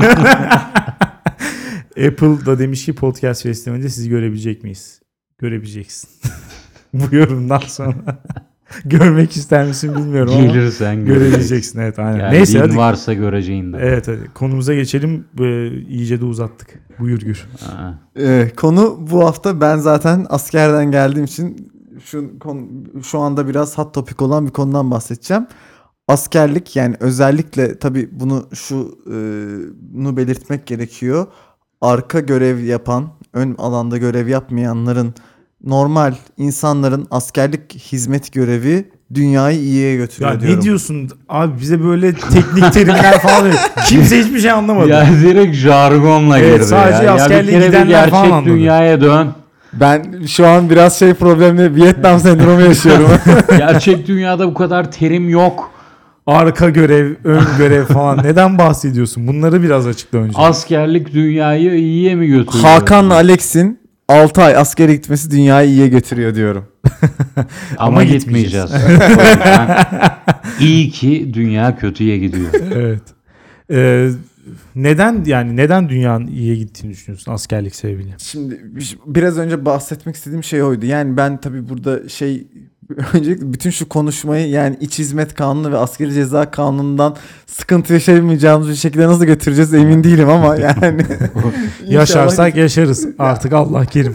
Apple da demiş ki podcast festivalinde sizi görebilecek miyiz? Görebileceksin. Bu yorumdan sonra görmek ister misin bilmiyorum ama gelirsen görebileceksin. Evet aynen. Yani neyse hadi. Varsa göreceğin de. Evet hadi konumuza geçelim. Ee, iyice de uzattık. Buyur Gür. Ee, konu bu hafta ben zaten askerden geldiğim için şu konu, şu anda biraz hot topic olan bir konudan bahsedeceğim. askerlik, yani özellikle tabii bunu şu e, bunu belirtmek gerekiyor. Arka görev yapan, ön alanda görev yapmayanların, normal insanların askerlik hizmet görevi dünyayı iyiye götürüyor Ya diyorum. ne diyorsun abi, bize böyle teknik terimler falan veriyor. Kimse hiçbir şey anlamadı. Ya direkt jargonla Evet, girdi sadece ya. askerliğe ya bir kere bir gidenler falan gerçek anladı. dünyaya dön. Ben şu an biraz şey problemli, Vietnam sendromu yaşıyorum. Gerçek dünyada bu kadar terim yok. Arka görev, ön görev falan. Neden bahsediyorsun? Bunları biraz açıkla önce. Askerlik dünyayı iyiye mi götürüyor? Hakan'la Alex'in altı ay askere gitmesi dünyayı iyiye götürüyor diyorum. Ama, Ama gitmeyeceğiz. O yüzden İyi ki dünya kötüye gidiyor. Evet. Ee, neden yani neden dünyanın iyiye gittiğini düşünüyorsun askerlik sebebiyle? Şimdi biraz önce bahsetmek istediğim şey oydu. Yani ben tabii burada şey öncelikle bütün şu konuşmayı, yani İç Hizmet Kanunu ve Askeri Ceza Kanunu'ndan sıkıntı yaşayamayacağımız bir şekilde nasıl götüreceğiz emin değilim ama yani Yaşarsak yaşarız. Artık Allah kerim.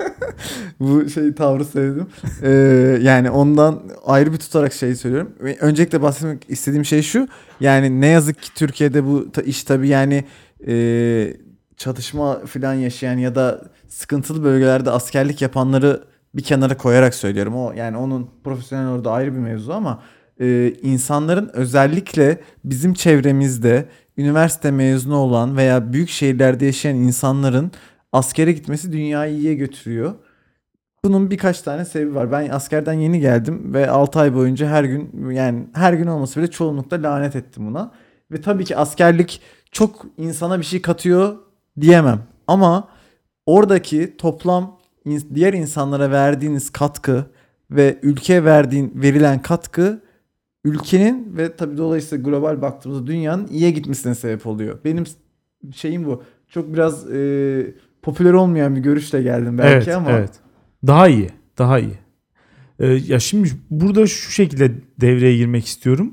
bu şey tavrı sevdim. Ee, yani ondan ayrı bir tutarak şey söylüyorum. Ve öncelikle bahsetmek istediğim şey şu. Yani ne yazık ki Türkiye'de bu ta- iş tabii yani e, çatışma falan yaşayan ya da sıkıntılı bölgelerde askerlik yapanları bir kenara koyarak söylüyorum. O yani onun profesyonel orada ayrı bir mevzu ama e, insanların özellikle bizim çevremizde üniversite mezunu olan veya büyük şehirlerde yaşayan insanların askere gitmesi dünyayı iyiye götürüyor. Bunun birkaç tane sebebi var. Ben askerden yeni geldim ve altı ay boyunca her gün, yani her gün olması bile çoğunlukla lanet ettim buna. Ve tabii ki askerlik çok insana bir şey katıyor diyemem. Ama oradaki toplam ins- diğer insanlara verdiğiniz katkı ve ülkeye verdiğin verilen katkı ülkenin ve tabii dolayısıyla global baktığımızda dünyanın iyiye gitmesine sebep oluyor. Benim şeyim bu. Çok biraz e, popüler olmayan bir görüşle geldim belki Evet, ama evet. Daha iyi, daha iyi. Ee, ya şimdi burada şu şekilde devreye girmek istiyorum.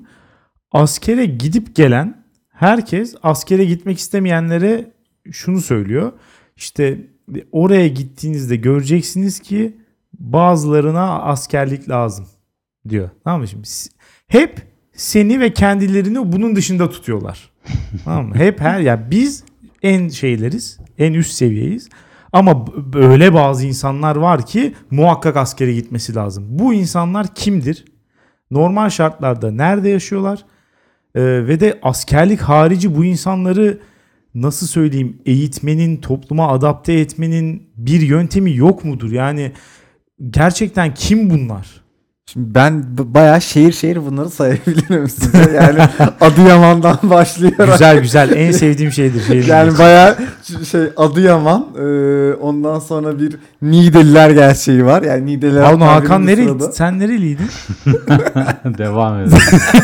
Askere gidip gelen herkes askere gitmek istemeyenlere şunu söylüyor. İşte oraya gittiğinizde göreceksiniz ki bazılarına askerlik lazım diyor. Tamam mı şimdi? Hep seni ve kendilerini bunun dışında tutuyorlar. Tamam mı? Hep her ya biz en şeyleriz, en üst seviyeyiz. Ama b- böyle bazı insanlar var ki muhakkak askere gitmesi lazım. Bu insanlar kimdir? Normal şartlarda nerede yaşıyorlar? Ee, ve de askerlik harici bu insanları nasıl söyleyeyim, eğitmenin, topluma adapte etmenin bir yöntemi yok mudur? Yani gerçekten kim bunlar? şimdi ben b- bayağı şehir şehir bunları sayabilirim size. Yani Adıyaman'dan başlayarak. Güzel güzel, en sevdiğim şeydir. Şeydir. Yani bayağı ş- şey Adıyaman, e, ondan sonra bir Niğdeliler gerçeği var. Yani Niğdeliler Pardon tabirinin Hakan bir nereli? sırada. Sen nereliydin? Devam edelim.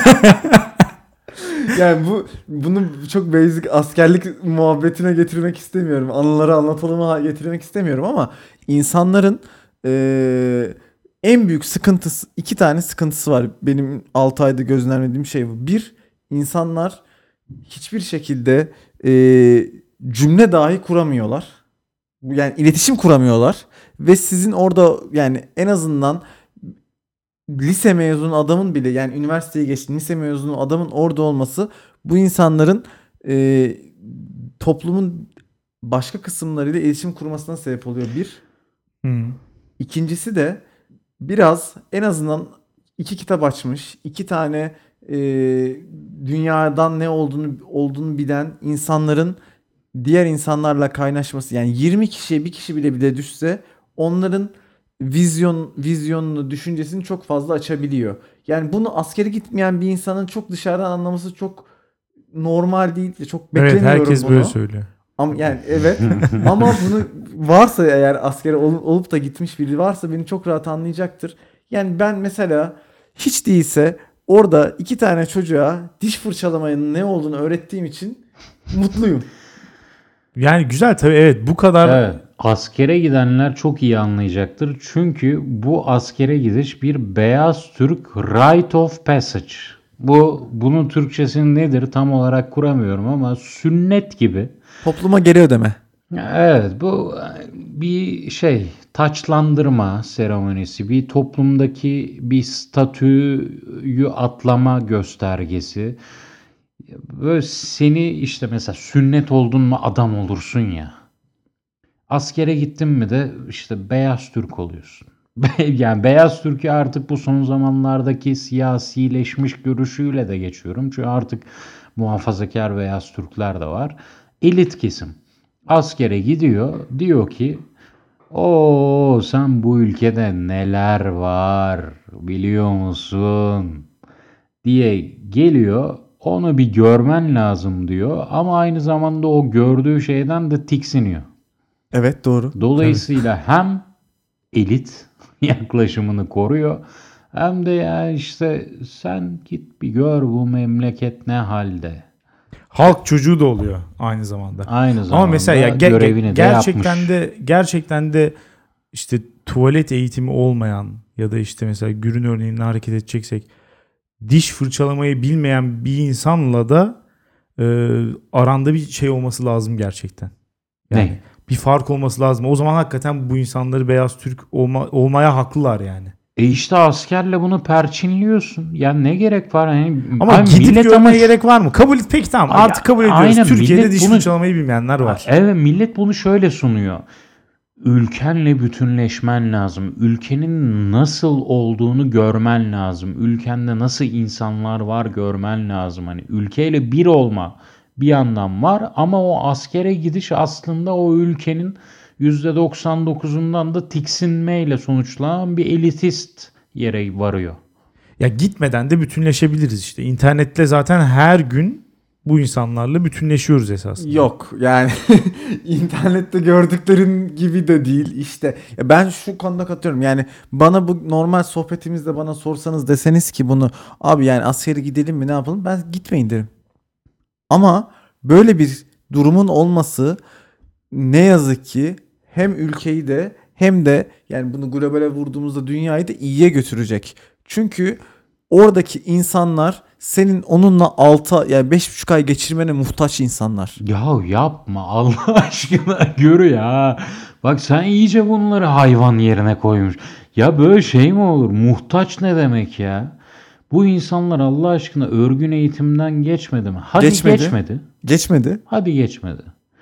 Yani bu bunu çok basic askerlik muhabbetine getirmek istemiyorum. Anıları anlatıma getirmek istemiyorum ama insanların e, en büyük sıkıntısı, iki tane sıkıntısı var. Benim altı ayda gözlemlediğim şey bu. Bir, insanlar hiçbir şekilde e, cümle dahi kuramıyorlar. Bu yani iletişim kuramıyorlar ve sizin orada yani en azından lise mezunu adamın bile, yani üniversiteyi geçti lise mezunu adamın orada olması bu insanların e, toplumun başka kısımlarıyla iletişim kurmasına sebep oluyor. Bir. Hı. İkincisi de biraz en azından iki kitap açmış, iki tane e, dünyadan ne olduğunu olduğunu bilen insanların diğer insanlarla kaynaşması, yani yirmi kişiye bir kişi bile bile düşse onların vizyon vizyonunu, düşüncesini çok fazla açabiliyor. Yani bunu askere gitmeyen bir insanın çok dışarıdan anlaması çok normal değil. Çok Evet, beklemiyorum herkes bunu. böyle söylüyor. Ama yani evet ama bunu varsa eğer askere ol- olup da gitmiş biri varsa beni çok rahat anlayacaktır. Yani ben mesela hiç değilse orada iki tane çocuğa diş fırçalamanın ne olduğunu öğrettiğim için mutluyum. Yani güzel tabii, evet, bu kadar Evet, askere gidenler çok iyi anlayacaktır. Çünkü bu askere gidiş bir beyaz Türk rite of passage. Bu bunun Türkçesi nedir tam olarak kuramıyorum ama sünnet gibi. Topluma geri ödeme. Evet, bu bir şey taçlandırma seremonisi, bir toplumdaki bir statüyü atlama göstergesi. Böyle seni işte mesela sünnet oldun mu adam olursun ya. Askere gittin mi de işte beyaz Türk oluyorsun. Yani beyaz Türk'ü artık bu son zamanlardaki siyasileşmiş görüşüyle de geçiyorum. Çünkü artık muhafazakar beyaz Türkler de var. Elit kesim. Askere gidiyor. Diyor ki o sen bu ülkede neler var biliyor musun? Diye geliyor. Onu bir görmen lazım diyor. Ama aynı zamanda o gördüğü şeyden de tiksiniyor. Evet, doğru. Dolayısıyla hem elit yaklaşımını koruyor hem de ya işte sen git bir gör bu memleket ne halde. Halk çocuğu da oluyor aynı zamanda. Aynı zamanda Ama mesela ya ge- görevini de gerçekten yapmış. de gerçekten de işte tuvalet eğitimi olmayan ya da işte mesela Gür'ün örneğinden hareket edeceksek diş fırçalamayı bilmeyen bir insanla da e, aranda bir şey olması lazım gerçekten. Yani Ne? bir fark olması lazım. O zaman hakikaten bu insanları beyaz Türk olma, olmaya haklılar yani. E işte askerle bunu perçinliyorsun. Ya ne gerek var? Yani, Ama ay gidip millet görmeye ama- gerek var mı? Kabul et. Peki tamam, Ay, artık kabul ediyoruz. aynen, Türkiye'de millet diş bunu- fırçalamayı bilmeyenler var. Evet, millet bunu şöyle sunuyor. Ülkenle bütünleşmen lazım. Ülkenin nasıl olduğunu görmen lazım. Ülkende nasıl insanlar var görmen lazım. Hani ülkeyle bir olma bir yandan var ama o askere gidiş aslında o ülkenin yüzde doksan dokuzundan da tiksinmeyle sonuçlanan bir elitist yere varıyor. Ya gitmeden de bütünleşebiliriz işte. İnternette zaten her gün bu insanlarla bütünleşiyoruz esasında. Yok yani internette gördüklerin gibi de değil işte. Ya ben şu konuda katıyorum. Yani bana bu normal sohbetimizde bana sorsanız deseniz ki bunu abi yani askere gidelim mi ne yapalım, ben gitmeyin derim. Ama böyle bir durumun olması ne yazık ki hem ülkeyi de hem de yani bunu globale vurduğumuzda dünyayı da iyiye götürecek. Çünkü oradaki insanlar senin onunla altı yani beş buçuk ay geçirmene muhtaç insanlar. Ya yapma Allah aşkına görü ya. Bak sen iyice bunları hayvan yerine koymuş. Ya böyle şey mi olur? Muhtaç ne demek ya? Bu insanlar Allah aşkına örgün eğitimden geçmedi mi? Hadi Geçmedi. geçmedi. Geçmedi. Hadi geçmedi.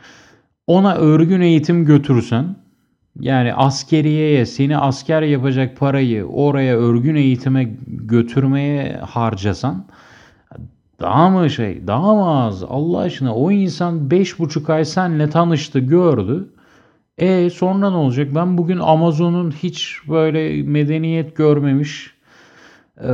Ona örgün eğitim götürürsen yani askeriyeye seni asker yapacak parayı oraya örgün eğitime götürmeye harcasan daha mı şey daha mı az Allah aşkına o insan beş buçuk ay senle tanıştı gördü. E sonra ne olacak? Ben bugün Amazon'un hiç böyle medeniyet görmemiş e,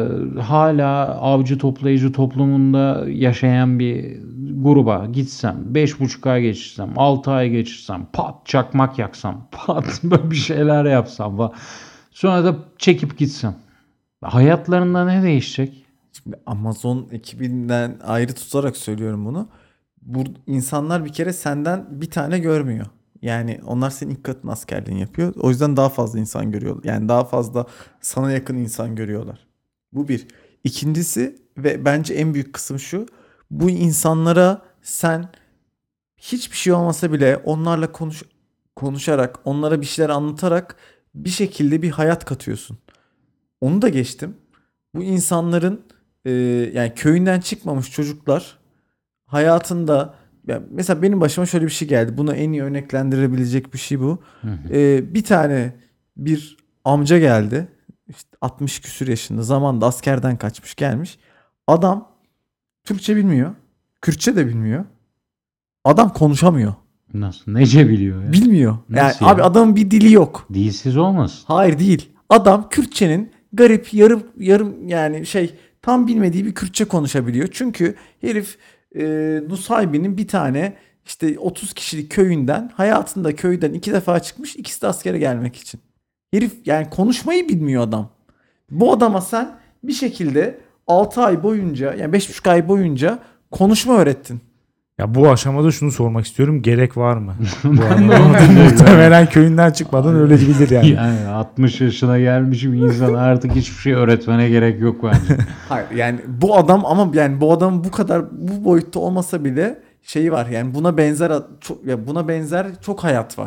hala avcı toplayıcı toplumunda yaşayan bir gruba gitsem beş buçuk ay geçirsem altı ay geçirsem pat çakmak yaksam pat böyle bir şeyler yapsam falan. Sonra da çekip gitsem. Hayatlarında ne değişecek? Şimdi Amazon ekibinden ayrı tutarak söylüyorum bunu. Bu insanlar bir kere senden bir tane görmüyor. Yani onlar senin ilk katın askerliğini yapıyor. O yüzden daha fazla insan görüyorlar. Yani daha fazla sana yakın insan görüyorlar. Bu bir. İkincisi ve bence en büyük kısım şu. Bu insanlara sen hiçbir şey olmasa bile onlarla konuş konuşarak, onlara bir şeyler anlatarak bir şekilde bir hayat katıyorsun. Onu da geçtim. Bu insanların e, yani köyünden çıkmamış çocuklar hayatında ya mesela benim başıma şöyle bir şey geldi. Buna en iyi örneklendirebilecek bir şey bu. Hı hı. E, bir tane bir amca geldi. İşte altmış küsür yaşında, zamanında askerden kaçmış gelmiş. Adam Türkçe bilmiyor. Kürtçe de bilmiyor. Adam konuşamıyor. Nasıl? Nece biliyor ya? Bilmiyor. Yani Nasıl ya? abi adamın bir dili yok. Dilsiz olmasın? Hayır değil. Adam Kürtçenin garip yarım yarım yani şey tam bilmediği bir Kürtçe konuşabiliyor. Çünkü herif e, Nusaybin'in bir tane işte otuz kişilik köyünden hayatında köyden iki defa çıkmış, ikisi de askere gelmek için. Herif yani konuşmayı bilmiyor adam. Bu adama sen bir şekilde altı ay boyunca yani beş buçuk ay boyunca konuşma öğrettin. Ya bu aşamada şunu sormak istiyorum. Gerek var mı? Bu Ben de arada onu diyecektim. muhtemelen köyünden çıkmadan öyle bilir yani. Yani altmış yaşına gelmiş bir insan artık hiçbir şey öğretmene gerek yok bence. Hayır yani bu adam ama yani bu adam bu kadar bu boyutta olmasa bile şeyi var yani buna benzer çok ya buna benzer çok hayat var.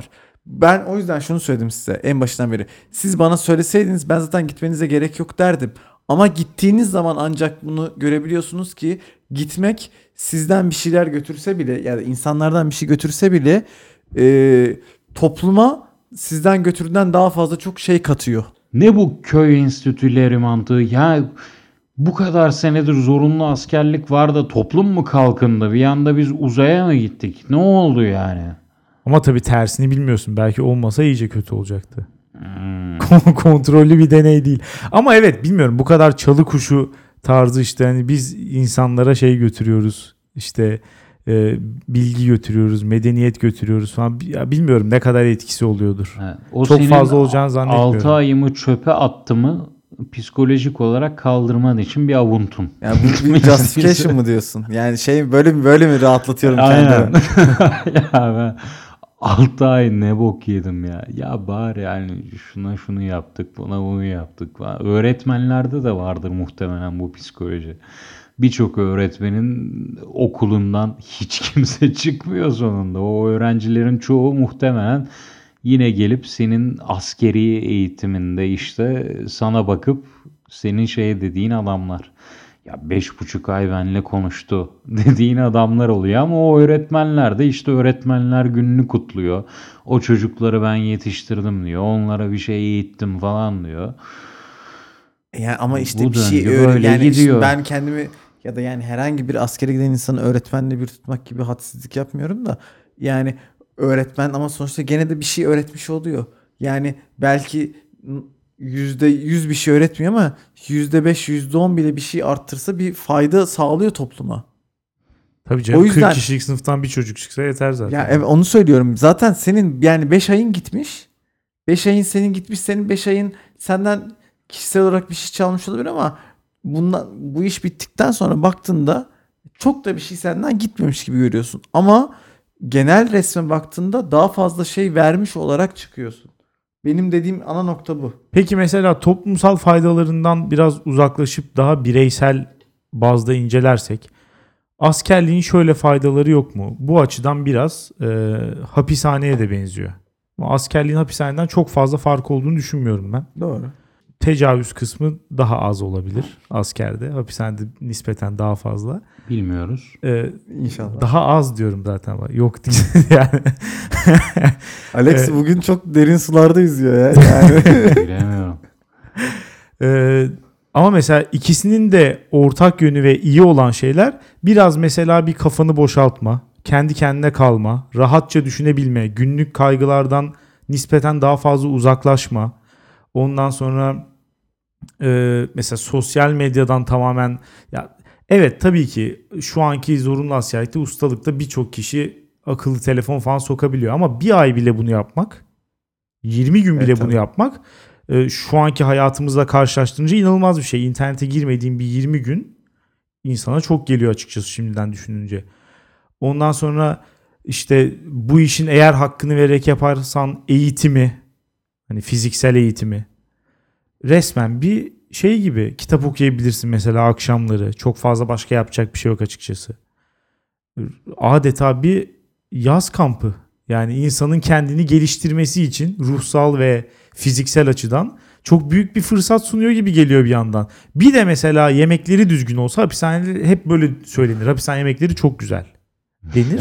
Ben o yüzden şunu söyledim size en başından beri. Siz bana söyleseydiniz ben zaten gitmenize gerek yok derdim. Ama gittiğiniz zaman ancak bunu görebiliyorsunuz ki gitmek sizden bir şeyler götürse bile ya da insanlardan bir şey götürse bile e, topluma sizden götürdüğünden daha fazla çok şey katıyor. Ne bu köy enstitüleri mantığı? Ya bu kadar senedir zorunlu askerlik var da toplum mu kalkındı? Bir anda biz uzaya mı gittik? Ne oldu yani? Ama tabii tersini bilmiyorsun. Belki olmasa iyice kötü olacaktı. Hmm. Kontrollü bir deney değil. Ama evet bilmiyorum bu kadar çalı kuşu tarzı işte hani biz insanlara şey götürüyoruz. İşte e, bilgi götürüyoruz, medeniyet götürüyoruz falan. Ya bilmiyorum ne kadar etkisi oluyordur. Evet, o Çok senin fazla olacağını zannetmiyorum. altı ayımı çöpe attımı psikolojik olarak kaldırman için bir avuntun. Yani bu bir justification mı diyorsun? Yani şey böyle mi böyle mi rahatlatıyorum Aynen. kendimi? Ya ben altı ay ne bok yedim ya. Ya bari yani şuna şunu yaptık, buna bunu yaptık. Öğretmenlerde de vardır muhtemelen bu psikoloji. Birçok öğretmenin okulundan hiç kimse çıkmıyor sonunda. O öğrencilerin çoğu muhtemelen yine gelip senin askeri eğitiminde işte sana bakıp senin şey dediğin adamlar. Ya beş buçuk ay benle konuştu dediğin adamlar oluyor ama o öğretmenler de işte öğretmenler gününü kutluyor. O çocukları ben yetiştirdim diyor. Onlara bir şey eğittim falan diyor. Yani ama işte Bu bir şey döngü öğren böyle yani işte gidiyor. ben kendimi ya da yani herhangi bir askere giden insanı öğretmenle bir tutmak gibi hadsizlik yapmıyorum da yani öğretmen ama sonuçta gene de bir şey öğretmiş oluyor. Yani belki yüzde yüz bir şey öğretmiyor ama yüzde beş, yüzde on bile bir şey arttırsa bir fayda sağlıyor topluma. Tabii canım O yüzden- kırk kişilik sınıftan bir çocuk çıksa yeter zaten. Ya evet, onu söylüyorum. Zaten senin yani beş ayın gitmiş. beş ayın senin gitmiş. Senin beş ayın senden kişisel olarak bir şey çalmış olabilir ama bundan, bu iş bittikten sonra baktığında çok da bir şey senden gitmemiş gibi görüyorsun. Ama genel resme baktığında daha fazla şey vermiş olarak çıkıyorsun. Benim dediğim ana nokta bu. Peki mesela toplumsal faydalarından biraz uzaklaşıp daha bireysel bazda incelersek askerliğin şöyle faydaları yok mu? Bu açıdan biraz e, hapishaneye de benziyor. Ama askerliğin hapishaneden çok fazla fark olduğunu düşünmüyorum ben. Doğru. Tecavüz kısmı daha az olabilir askerde. Hapishanede nispeten daha fazla. Bilmiyoruz. E, İnşallah. daha az diyorum zaten ama yok değil yani. Alex Ee, bugün çok derin sularda yüzüyor ya. Yani. Bilemiyorum. Ee, ama mesela ikisinin de ortak yönü ve iyi olan şeyler biraz mesela bir kafanı boşaltma, kendi kendine kalma, rahatça düşünebilme, günlük kaygılardan nispeten daha fazla uzaklaşma. Ondan sonra e, mesela sosyal medyadan tamamen ya evet tabii ki şu anki zorunlu askerlikte ustalıkta birçok kişi akıllı telefon falan sokabiliyor ama bir ay bile bunu yapmak, yirmi gün bile Evet, bunu tabii. yapmak e, şu anki hayatımızla karşılaştırınca inanılmaz bir şey. İnternete girmediğim bir yirmi gün insana çok geliyor açıkçası şimdiden düşününce. Ondan sonra işte bu işin eğer hakkını vererek yaparsan eğitimi, hani fiziksel eğitimi resmen bir şey gibi kitap okuyabilirsin mesela akşamları. Çok fazla başka yapacak bir şey yok açıkçası. Adeta bir yaz kampı. Yani insanın kendini geliştirmesi için ruhsal ve fiziksel açıdan çok büyük bir fırsat sunuyor gibi geliyor bir yandan. Bir de mesela yemekleri düzgün olsa hapishanede hep böyle söylenir. Hapishane yemekleri çok güzel denir.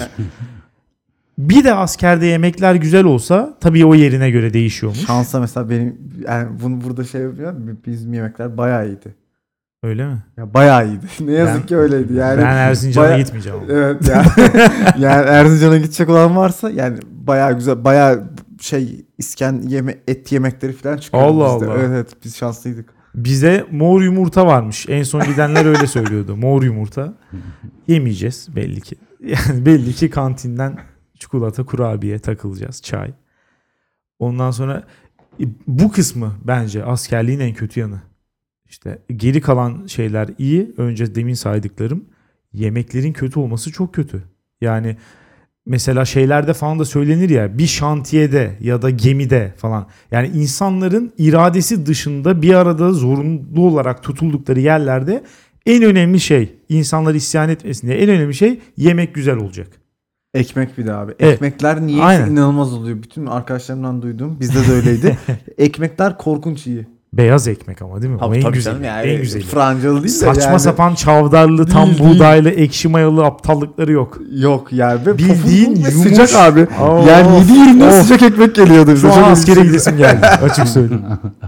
Bir de askerde yemekler güzel olsa tabii o yerine göre değişiyormuş. Şansa mesela benim yani bunu burada şey yapıyor. Bizim yemekler bayağı iyiydi. Öyle mi? Ya bayağı iyiydi. Ne yazık Ben- ki öyleydi. Yani ben Erzincan'a baya- gitmeyeceğim ama. Evet yani, yani Erzincan'a gidecek olan varsa yani bayağı güzel bayağı şey isken yeme et yemekleri falan çıkıyor. Allah bizde. Allah. Evet, evet biz şanslıydık. Bize mor yumurta varmış. En son gidenler öyle söylüyordu. Mor yumurta. Yemeyeceğiz belli ki. Yani belli ki kantinden çikolata, kurabiye takılacağız. Çay. Ondan sonra e, bu kısmı bence askerliğin en kötü yanı. İşte geri kalan şeyler iyi. Önce demin saydıklarım. Yemeklerin kötü olması çok kötü. Yani mesela şeylerde falan da söylenir ya bir şantiyede ya da gemide falan. Yani insanların iradesi dışında bir arada zorunlu olarak tutuldukları yerlerde en önemli şey insanlar isyan etmesin diye en önemli şey yemek güzel olacak. Ekmek bir de abi. Evet. Ekmekler niyeyse Aynen. inanılmaz oluyor. Bütün arkadaşlarımdan duyduğum, bizde de öyleydi. Ekmekler korkunç iyi. Beyaz ekmek ama değil mi? O Abi en tabii güzeli. canım yani, En güzeli. Francalı değil de Saçma yani. sapan çavdarlı, tam Değil, değil. buğdaylı, ekşi mayalı aptallıkları yok. Yok yani. Ve Bildiğin pofuduk ve yumuş. sıcak abi. Of, yani yedi yirmi dört of. sıcak ekmek geliyordu bize. Şu an Şöyle bir askere şey- gidesim geldi. Açık söyleyeyim.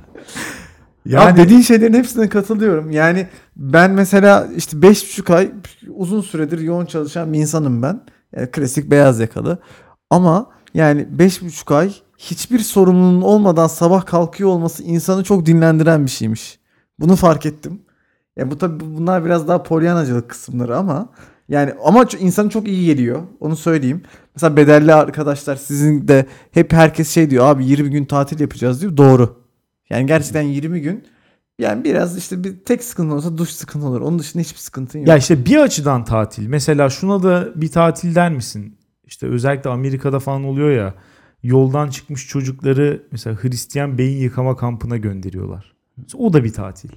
Yani abi dediğin şeylerin hepsine katılıyorum. Yani ben mesela işte beş buçuk ay uzun süredir yoğun çalışan bir insanım ben. Yani klasik beyaz yakalı. Ama yani beş buçuk ay hiçbir sorumluluğun olmadan sabah kalkıyor olması insanı çok dinlendiren bir şeymiş. Bunu fark ettim. Ya bu tabii bunlar biraz daha polyanacılık kısımları ama yani ama ç- insanı çok iyi geliyor. Onu söyleyeyim. Mesela bedelli arkadaşlar sizin de hep herkes şey diyor abi yirmi gün tatil yapacağız diyor. Doğru. Yani gerçekten yirmi gün yani biraz işte bir tek sıkıntı olsa duş sıkıntı olur. Onun dışında hiçbir sıkıntın yok. Ya işte bir açıdan tatil. Mesela şuna da bir tatil der misin? İşte özellikle Amerika'da falan oluyor ya. Yoldan çıkmış çocukları mesela Hristiyan beyin yıkama kampına gönderiyorlar. O da bir tatil.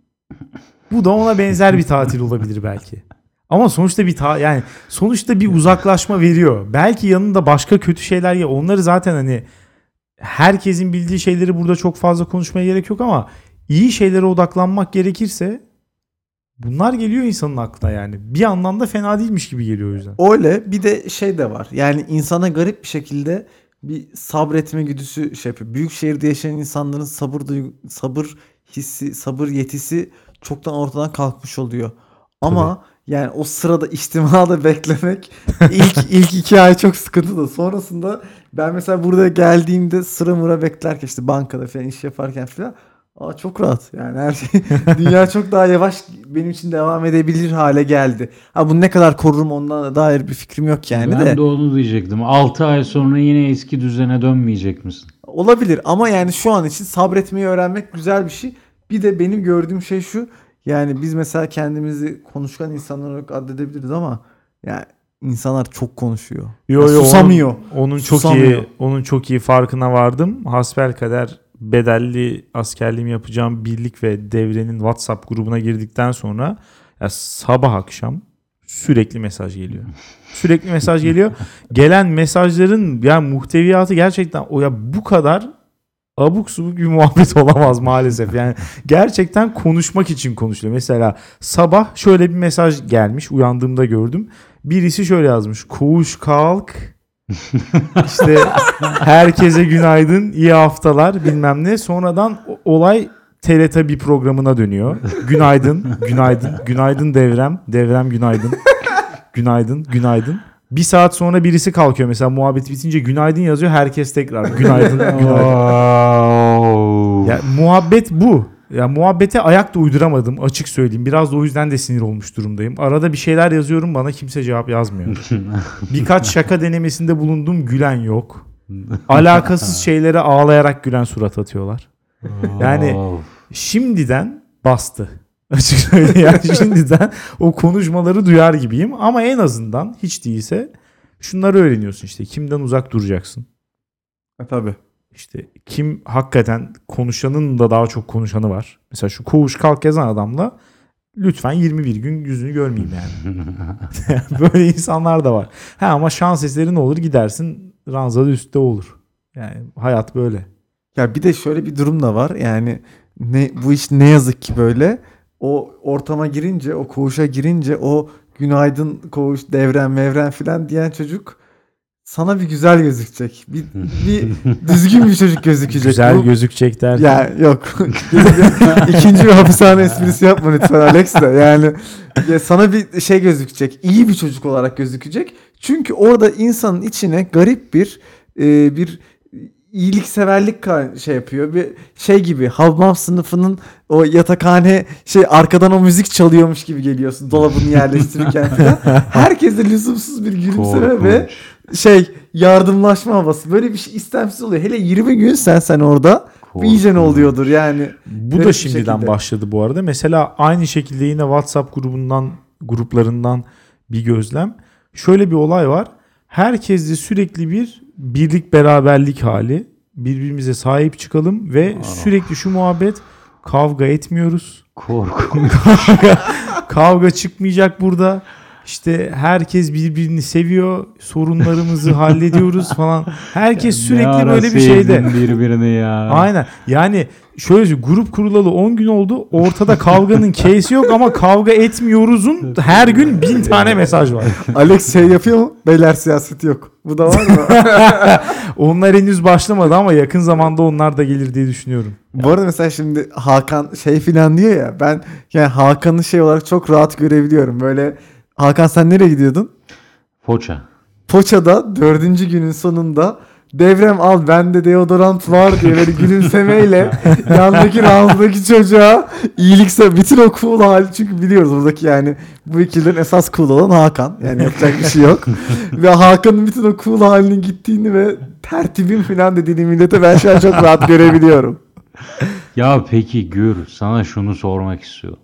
Bu da ona benzer bir tatil olabilir belki. Ama sonuçta bir ta yani sonuçta bir uzaklaşma veriyor. Belki yanında başka kötü şeyler ya onları zaten hani herkesin bildiği şeyleri burada çok fazla konuşmaya gerek yok ama iyi şeylere odaklanmak gerekirse bunlar geliyor insanın aklına yani. Bir yandan da fena değilmiş gibi geliyor o yüzden. Öyle bir de şey de var. Yani insana garip bir şekilde bir sabretme güdüsü şey yapıyor. Büyük şehirde yaşayan insanların sabır duygu- sabır hissi, sabır yetisi çoktan ortadan kalkmış oluyor. Ama yani o sırada içtimada beklemek ilk ilk iki ay çok sıkıntı da sonrasında ben mesela burada geldiğimde sıra mıra beklerken işte bankada falan iş yaparken falan aa çok rahat yani her şey dünya çok daha yavaş benim için devam edebilir hale geldi. Ha bunu ne kadar korurum ondan dair bir fikrim yok yani ben de. de onu diyecektim. altı ay sonra yine eski düzene dönmeyecek misin? Olabilir ama yani şu an için sabretmeyi öğrenmek güzel bir şey. Bir de benim gördüğüm şey şu. Yani biz mesela kendimizi konuşkan insanlar olarak addedebiliriz ama yani insanlar çok konuşuyor. Yo, Ya yo, susamıyor. Onun, onun çok Susamıyor. iyi onun çok iyi farkına vardım. Hasbelkader bedelli askerliğimi yapacağım birlik ve devrenin WhatsApp grubuna girdikten sonra ya sabah akşam sürekli mesaj geliyor. Sürekli mesaj geliyor. Gelen mesajların ya muhteviyatı gerçekten o ya bu kadar abuk subuk bir muhabbet olamaz maalesef. Yani gerçekten konuşmak için konuşuyor. Mesela sabah şöyle bir mesaj gelmiş. Uyandığımda gördüm. Birisi şöyle yazmış. Koğuş kalk. İşte herkese günaydın, iyi haftalar bilmem ne. Sonradan o- olay T R T bir programına dönüyor. Günaydın, günaydın, günaydın devrem, devrem günaydın, günaydın, günaydın. Bir saat sonra birisi kalkıyor mesela muhabbet bitince günaydın yazıyor. Herkes tekrar günaydın, günaydın. Ya muhabbet bu. Ya muhabbete ayak da uyduramadım açık söyleyeyim. Biraz da o yüzden de sinir olmuş durumdayım. Arada bir şeyler yazıyorum bana kimse cevap yazmıyor. Birkaç şaka denemesinde bulundum gülen yok. Alakasız şeylere ağlayarak gülen surat atıyorlar. Yani Of. şimdiden bastı. Açık söyleyeyim yani şimdiden o konuşmaları duyar gibiyim. Ama en azından hiç değilse şunları öğreniyorsun işte. Kimden uzak duracaksın? E, tabii. İşte kim hakikaten konuşanın da daha çok konuşanı var. Mesela şu koğuş kalk yazan adamla lütfen yirmi bir gün yüzünü görmeyeyim yani. Böyle insanlar da var. Ha ama şans eseri ne olur gidersin ranzada üstte olur. Yani hayat böyle. Ya bir de şöyle bir durum da var. Yani ne bu iş ne yazık ki böyle. O ortama girince, o koğuşa girince o günaydın koğuş devren mevren filan diyen çocuk sana bir güzel gözükecek. Bir, bir düzgün bir çocuk gözükecek. Güzel Bu- gözükecek der. Ya yok. İkinci bir hapishane esprisi yapma lütfen Alex de. Yani ya sana bir şey gözükecek. İyi bir çocuk olarak gözükecek. Çünkü orada insanın içine garip bir e, bir iyilikseverlik ka- şey yapıyor. Bir şey gibi Havmam sınıfının o yatakhane şey arkadan o müzik çalıyormuş gibi geliyorsun dolabını yerleştirirken falan. Herkeste lüzumsuz bir gülümseme ve Korkunç. şey yardımlaşma havası. Böyle bir şey istemsiz oluyor. Hele yirmi gün sen sen orada iyice ne oluyordur yani. Bu Garip da bir şimdiden şekilde. başladı bu arada. Mesela aynı şekilde yine WhatsApp grubundan gruplarından bir gözlem. Şöyle bir olay var. Herkeste sürekli bir birlik beraberlik hali. Birbirimize sahip çıkalım ve sürekli şu muhabbet kavga etmiyoruz. Korkunç. Kavga çıkmayacak burada. İşte herkes birbirini seviyor. Sorunlarımızı hallediyoruz falan. Herkes sürekli böyle bir şeyde. birbirini ya. Aynen. Yani şöyle söyleyeyim, grup kurulalı on gün oldu. Ortada kavganın case'i yok ama kavga etmiyoruz'un her gün bin tane mesaj var. Alex şey yapıyor mu? Beyler siyaseti yok. Bu da var mı? Onlar henüz başlamadı ama yakın zamanda onlar da gelir diye düşünüyorum. Bu arada mesela şimdi Hakan şey filan diyor ya, ben yani Hakan'ı şey olarak çok rahat görebiliyorum. Böyle Hakan sen nereye gidiyordun? Foça. Foça'da dördüncü günün sonunda Devrem al bende deodorant var diye böyle gülümsemeyle yandaki ranzdaki çocuğa iyilikse bütün o cool hali, çünkü biliyoruz buradaki yani bu ikililerin esas cool olan Hakan. Yani yapacak bir şey yok. Ve Hakan'ın bütün o cool halinin gittiğini ve tertibim falan dediğini millete ben şu an çok rahat görebiliyorum. Ya peki Gür, sana şunu sormak istiyorum.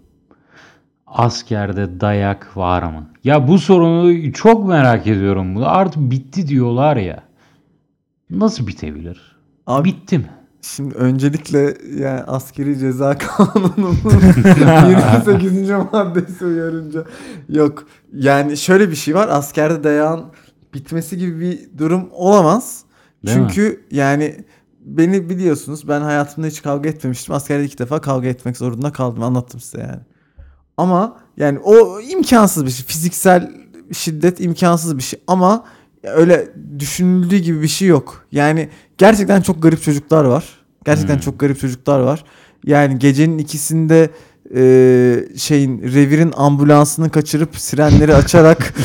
Askerde dayak var mı? Ya bu sorunu çok merak ediyorum. Bu artık bitti diyorlar ya. Nasıl bitebilir? Abi, bitti mi? Şimdi öncelikle yani askeri ceza kanununun yirmi sekizinci maddesi uyarınca yok. Yani şöyle bir şey var. Askerde dayağın bitmesi gibi bir durum olamaz. Değil Çünkü mi? yani beni biliyorsunuz, ben hayatımda hiç kavga etmemiştim. Askerde iki defa kavga etmek zorunda kaldım. Anlattım size yani. Ama yani o imkansız bir şey. Fiziksel şiddet imkansız bir şey. Ama öyle düşünüldüğü gibi bir şey yok. Yani gerçekten çok garip çocuklar var. Gerçekten Hmm. çok garip çocuklar var. Yani gecenin ikisinde e, şeyin revirin ambulansını kaçırıp sirenleri açarak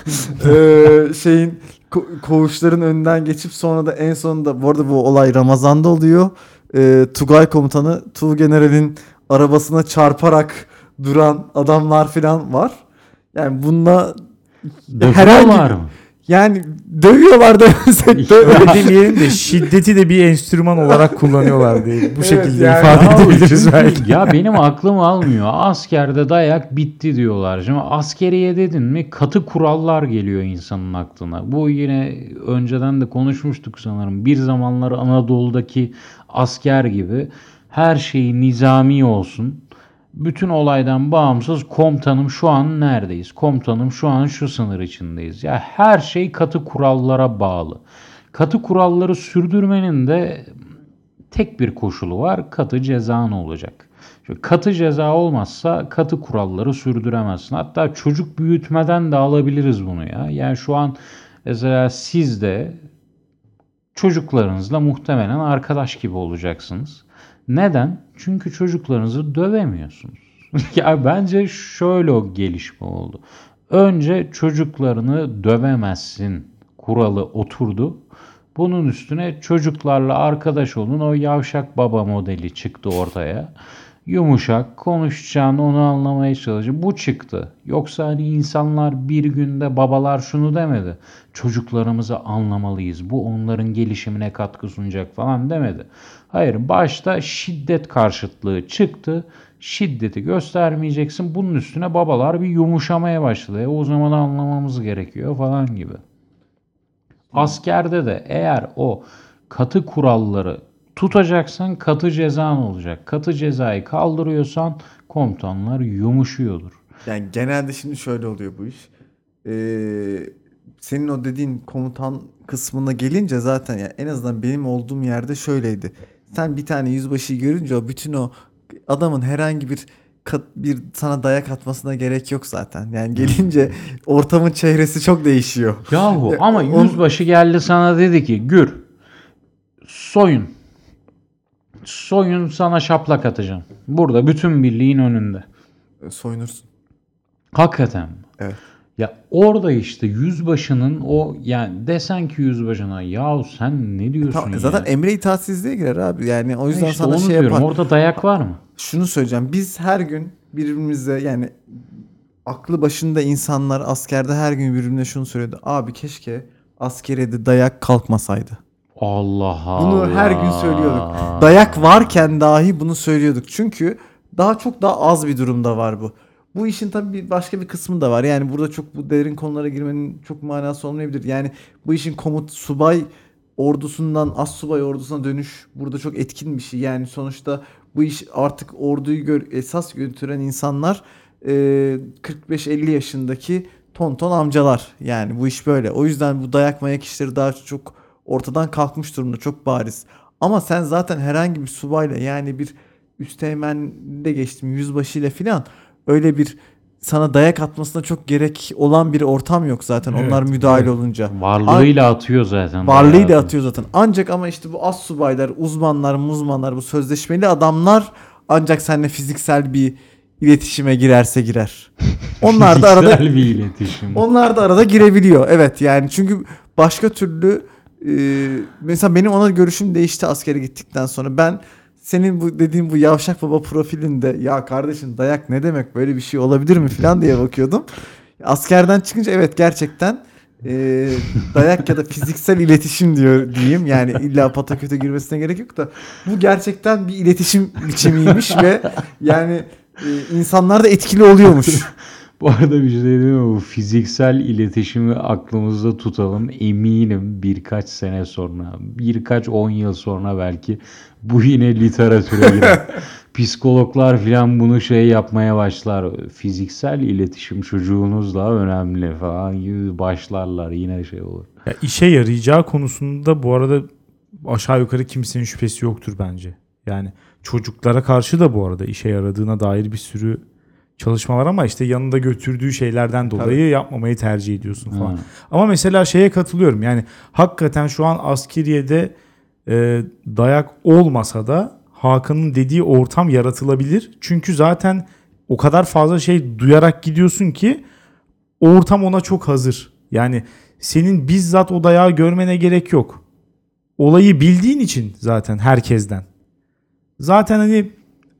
e, şeyin ko- koğuşların önünden geçip sonra da en sonunda, bu arada bu olay Ramazan'da oluyor. E, Tugay komutanı Tuğ General'in arabasına çarparak duran adamlar falan var. Yani bununla Dövüyorlar mı? yani dövüyorlar demesek de Öyle demeyelim de şiddeti de bir enstrüman olarak kullanıyorlar diye bu Evet, şekilde yani ifade Ya edebiliriz çünkü- belki. Ya benim aklım almıyor. Askerde dayak bitti diyorlar. Şimdi askeriye dedin mi katı kurallar geliyor insanın aklına. Bu yine önceden de konuşmuştuk sanırım. Bir zamanlar Anadolu'daki asker gibi her şey nizami olsun. Bütün olaydan bağımsız komutanım şu an neredeyiz? Komutanım şu an şu sınır içindeyiz. Ya her şey katı kurallara bağlı. Katı kuralları sürdürmenin de tek bir koşulu var. Katı cezan olacak. Şimdi katı ceza olmazsa katı kuralları sürdüremezsin. Hatta çocuk büyütmeden de alabiliriz bunu ya. Yani şu an mesela siz de çocuklarınızla muhtemelen arkadaş gibi olacaksınız. Neden? Çünkü çocuklarınızı dövemiyorsunuz. Ya bence şöyle o gelişme oldu. Önce çocuklarını dövemezsin kuralı oturdu. Bunun üstüne çocuklarla arkadaş olun, o yavşak baba modeli çıktı ortaya. Yumuşak konuşacaksın, onu anlamaya çalışacaksın. Bu çıktı. Yoksa hani insanlar bir günde babalar şunu demedi. Çocuklarımızı anlamalıyız. Bu onların gelişimine katkı sunacak falan demedi. Hayır, başta şiddet karşıtlığı çıktı. Şiddeti göstermeyeceksin. Bunun üstüne babalar bir yumuşamaya başladı. E, o zaman anlamamız gerekiyor falan gibi. Askerde de eğer o katı kuralları tutacaksan katı cezan olacak. Katı cezayı kaldırıyorsan komutanlar yumuşuyordur. yani genelde şimdi şöyle oluyor bu iş. Ee, senin o dediğin komutan kısmına gelince zaten ya en azından benim olduğum yerde şöyleydi. Sen bir tane yüzbaşıyı görünce o bütün o adamın herhangi bir kat, bir sana dayak atmasına gerek yok zaten. Yani gelince ortamın çehresi çok değişiyor. Yahu Ya, ama o- yüzbaşı geldi sana dedi ki Gür soyun. Soyun, sana şaplak atacağım. Burada bütün birliğin önünde. Soyunursun. Hakikaten mi? Evet. Ya orada işte yüzbaşının o, yani desen ki yüzbaşına yahu sen ne diyorsun Tamam, ya? zaten emre itaatsizliğe girer abi. Yani o yüzden işte sana onu şey diyorum. yapar. Orada dayak var mı? Şunu söyleyeceğim. Biz her gün birbirimize, yani aklı başında insanlar askerde her gün birbirine şunu söylüyordu. Abi keşke askeriyede dayak kalkmasaydı. Allah Allah. Bunu her gün söylüyorduk. Dayak varken dahi bunu söylüyorduk. Çünkü daha çok daha az bir durumda var bu. Bu işin tabii bir başka bir kısmı da var. Yani burada çok bu derin konulara girmenin çok manası olmayabilir. Yani bu işin komut subay ordusundan az subay ordusuna dönüş burada çok etkin bir şey. Yani sonuçta bu iş artık orduyu gör, esas götüren insanlar e, kırk beş elli yaşındaki ton ton amcalar. Yani bu iş böyle. O yüzden bu dayak mayak işleri daha çok ortadan kalkmış durumda. Çok bariz. Ama sen zaten herhangi bir subayla, yani bir üsteğmenle geçtim, yüzbaşıyla filan, öyle bir sana dayak atmasına çok gerek olan bir ortam yok zaten. Evet, onlar müdahale evet. olunca. Varlığıyla atıyor zaten. Varlığıyla bayağı. atıyor zaten. Ancak ama işte bu az subaylar, uzmanlar, muzmanlar, bu sözleşmeli adamlar ancak seninle fiziksel bir iletişime girerse girer. Onlar da arada Fiziksel bir iletişim. onlar da arada girebiliyor. Evet, yani çünkü başka türlü e, mesela benim ona görüşüm değişti askere gittikten sonra. Ben senin bu dediğin bu yavşak baba profilinde, ya kardeşim dayak ne demek, böyle bir şey olabilir mi falan diye bakıyordum. Askerden çıkınca evet, gerçekten e, dayak ya da fiziksel iletişim diyor diyeyim. Yani illa pataköte girmesine gerek yok da bu gerçekten bir iletişim biçimiymiş ve yani e, insanlar da etkili oluyormuş. Bu arada bir şey değil mi? Bu fiziksel iletişimi aklımızda tutalım. Eminim birkaç sene sonra, birkaç on yıl sonra belki bu yine literatüre girer. Psikologlar falan bunu şey yapmaya başlar. Fiziksel iletişim çocuğunuzla önemli falan gibi başlarlar. Yine şey olur. Ya işe yarayacağı konusunda bu arada aşağı yukarı kimsenin şüphesi yoktur bence. Yani çocuklara karşı da bu arada işe yaradığına dair bir sürü çalışma var ama işte yanında götürdüğü şeylerden dolayı Tabii. yapmamayı tercih ediyorsun falan. Ha. Ama mesela şeye katılıyorum. Yani hakikaten şu an askeriyede e, dayak olmasa da Hakan'ın dediği ortam yaratılabilir. Çünkü zaten o kadar fazla şey duyarak gidiyorsun ki ortam ona çok hazır. Yani senin bizzat o dayağı görmene gerek yok. Olayı bildiğin için zaten herkesten. Zaten hani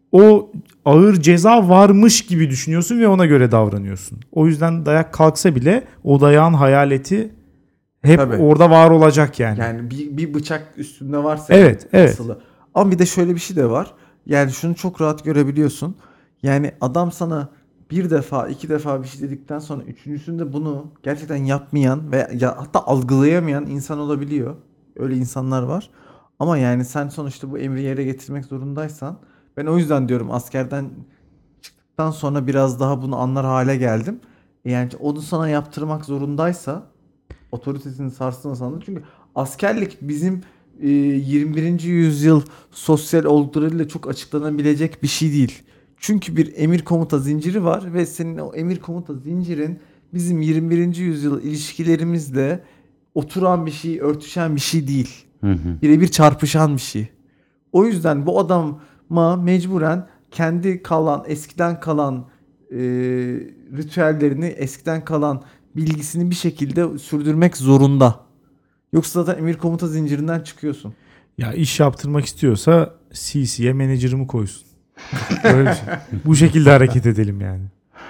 o ağır ceza varmış gibi düşünüyorsun ve ona göre davranıyorsun. O yüzden dayak kalksa bile o dayağın hayaleti hep Tabii. orada var olacak yani. Yani bir, bir bıçak üstünde varsa Evet, evet. asılı. Ama bir de şöyle bir şey de var. Yani şunu çok rahat görebiliyorsun. Yani adam sana bir defa, iki defa bir şey dedikten sonra üçüncüsünde bunu gerçekten yapmayan ve ya hatta algılayamayan insan olabiliyor. Öyle insanlar var. Ama yani sen sonuçta bu emri yere getirmek zorundaysan, ben o yüzden diyorum askerden çıktıktan sonra biraz daha bunu anlar hale geldim. Yani onu sana yaptırmak zorundaysa otoritesini sarstığını sandım. Çünkü askerlik bizim e, yirmi birinci yüzyıl sosyal olgularıyla çok açıklanabilecek bir şey değil. Çünkü bir emir komuta zinciri var ve senin o emir komuta zincirin bizim yirmi birinci yüzyıl ilişkilerimizle oturan bir şey, örtüşen bir şey değil. Hı hı. Birebir çarpışan bir şey. O yüzden bu adama mecburen kendi kalan, eskiden kalan e, ritüellerini, eskiden kalan bilgisini bir şekilde sürdürmek zorunda. Yoksa zaten emir komuta zincirinden çıkıyorsun. Ya iş yaptırmak istiyorsa C C'ye menajerimi koysun. Böyle bir şey. Bu şekilde hareket edelim yani.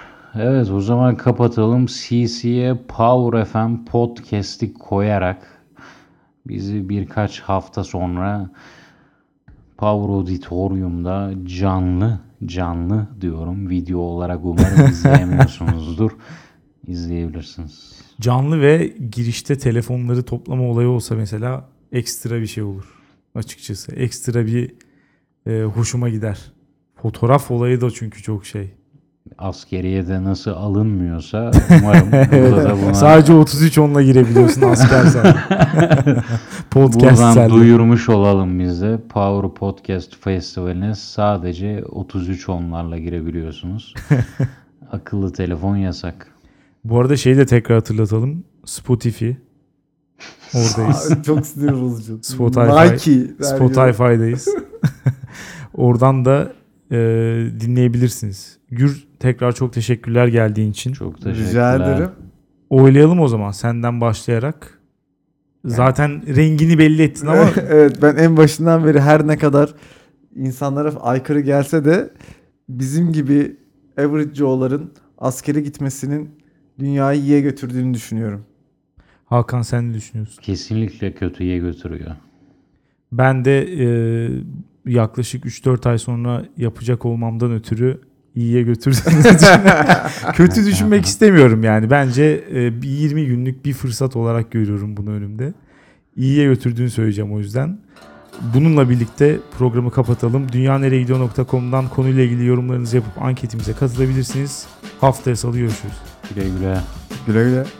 Evet, o zaman kapatalım. C C'ye Power F M podcast'i koyarak bizi birkaç hafta sonra Power Auditorium'da canlı canlı diyorum, video olarak umarım izleyemiyorsunuzdur. İzleyebilirsiniz. Canlı ve girişte telefonları toplama olayı olsa mesela ekstra bir şey olur. Açıkçası ekstra bir e, hoşuma gider. Fotoğraf olayı da çünkü çok şey. Askeriyede nasıl alınmıyorsa umarım burada da buna Sadece otuz üç onla girebiliyorsun asker sen. Podcast buradan sen. duyurmuş olalım biz de. Power Podcast Festivali'ne sadece otuz üç onlarla girebiliyorsunuz. Akıllı telefon yasak. Bu arada şeyi de tekrar hatırlatalım. Spotify. Oradayız. Çok sinir bozucu. Spotify. Nike. Spotify'dayız. Oradan da e, dinleyebilirsiniz. Gür, tekrar çok teşekkürler geldiğin için. Çok teşekkürler. Rica ederim. Oylayalım o zaman senden başlayarak. Zaten rengini belli ettin ama Evet, ben en başından beri her ne kadar insanlara aykırı gelse de bizim gibi average Joe'ların askere gitmesinin dünyayı iyiye götürdüğünü düşünüyorum. Hakan sen ne düşünüyorsun? Kesinlikle kötüye götürüyor. Ben de e, yaklaşık üç dört ay sonra yapacak olmamdan ötürü iyiye götürdüğünüz için kötü düşünmek istemiyorum yani. Bence e, bir yirmi günlük bir fırsat olarak görüyorum bunu önümde. İyiye götürdüğünü söyleyeceğim o yüzden. Bununla birlikte programı kapatalım. dünyanereyegidiyor nokta com'dan konuyla ilgili yorumlarınızı yapıp anketimize katılabilirsiniz. Haftaya salı görüşürüz. Güle güle. Güle güle.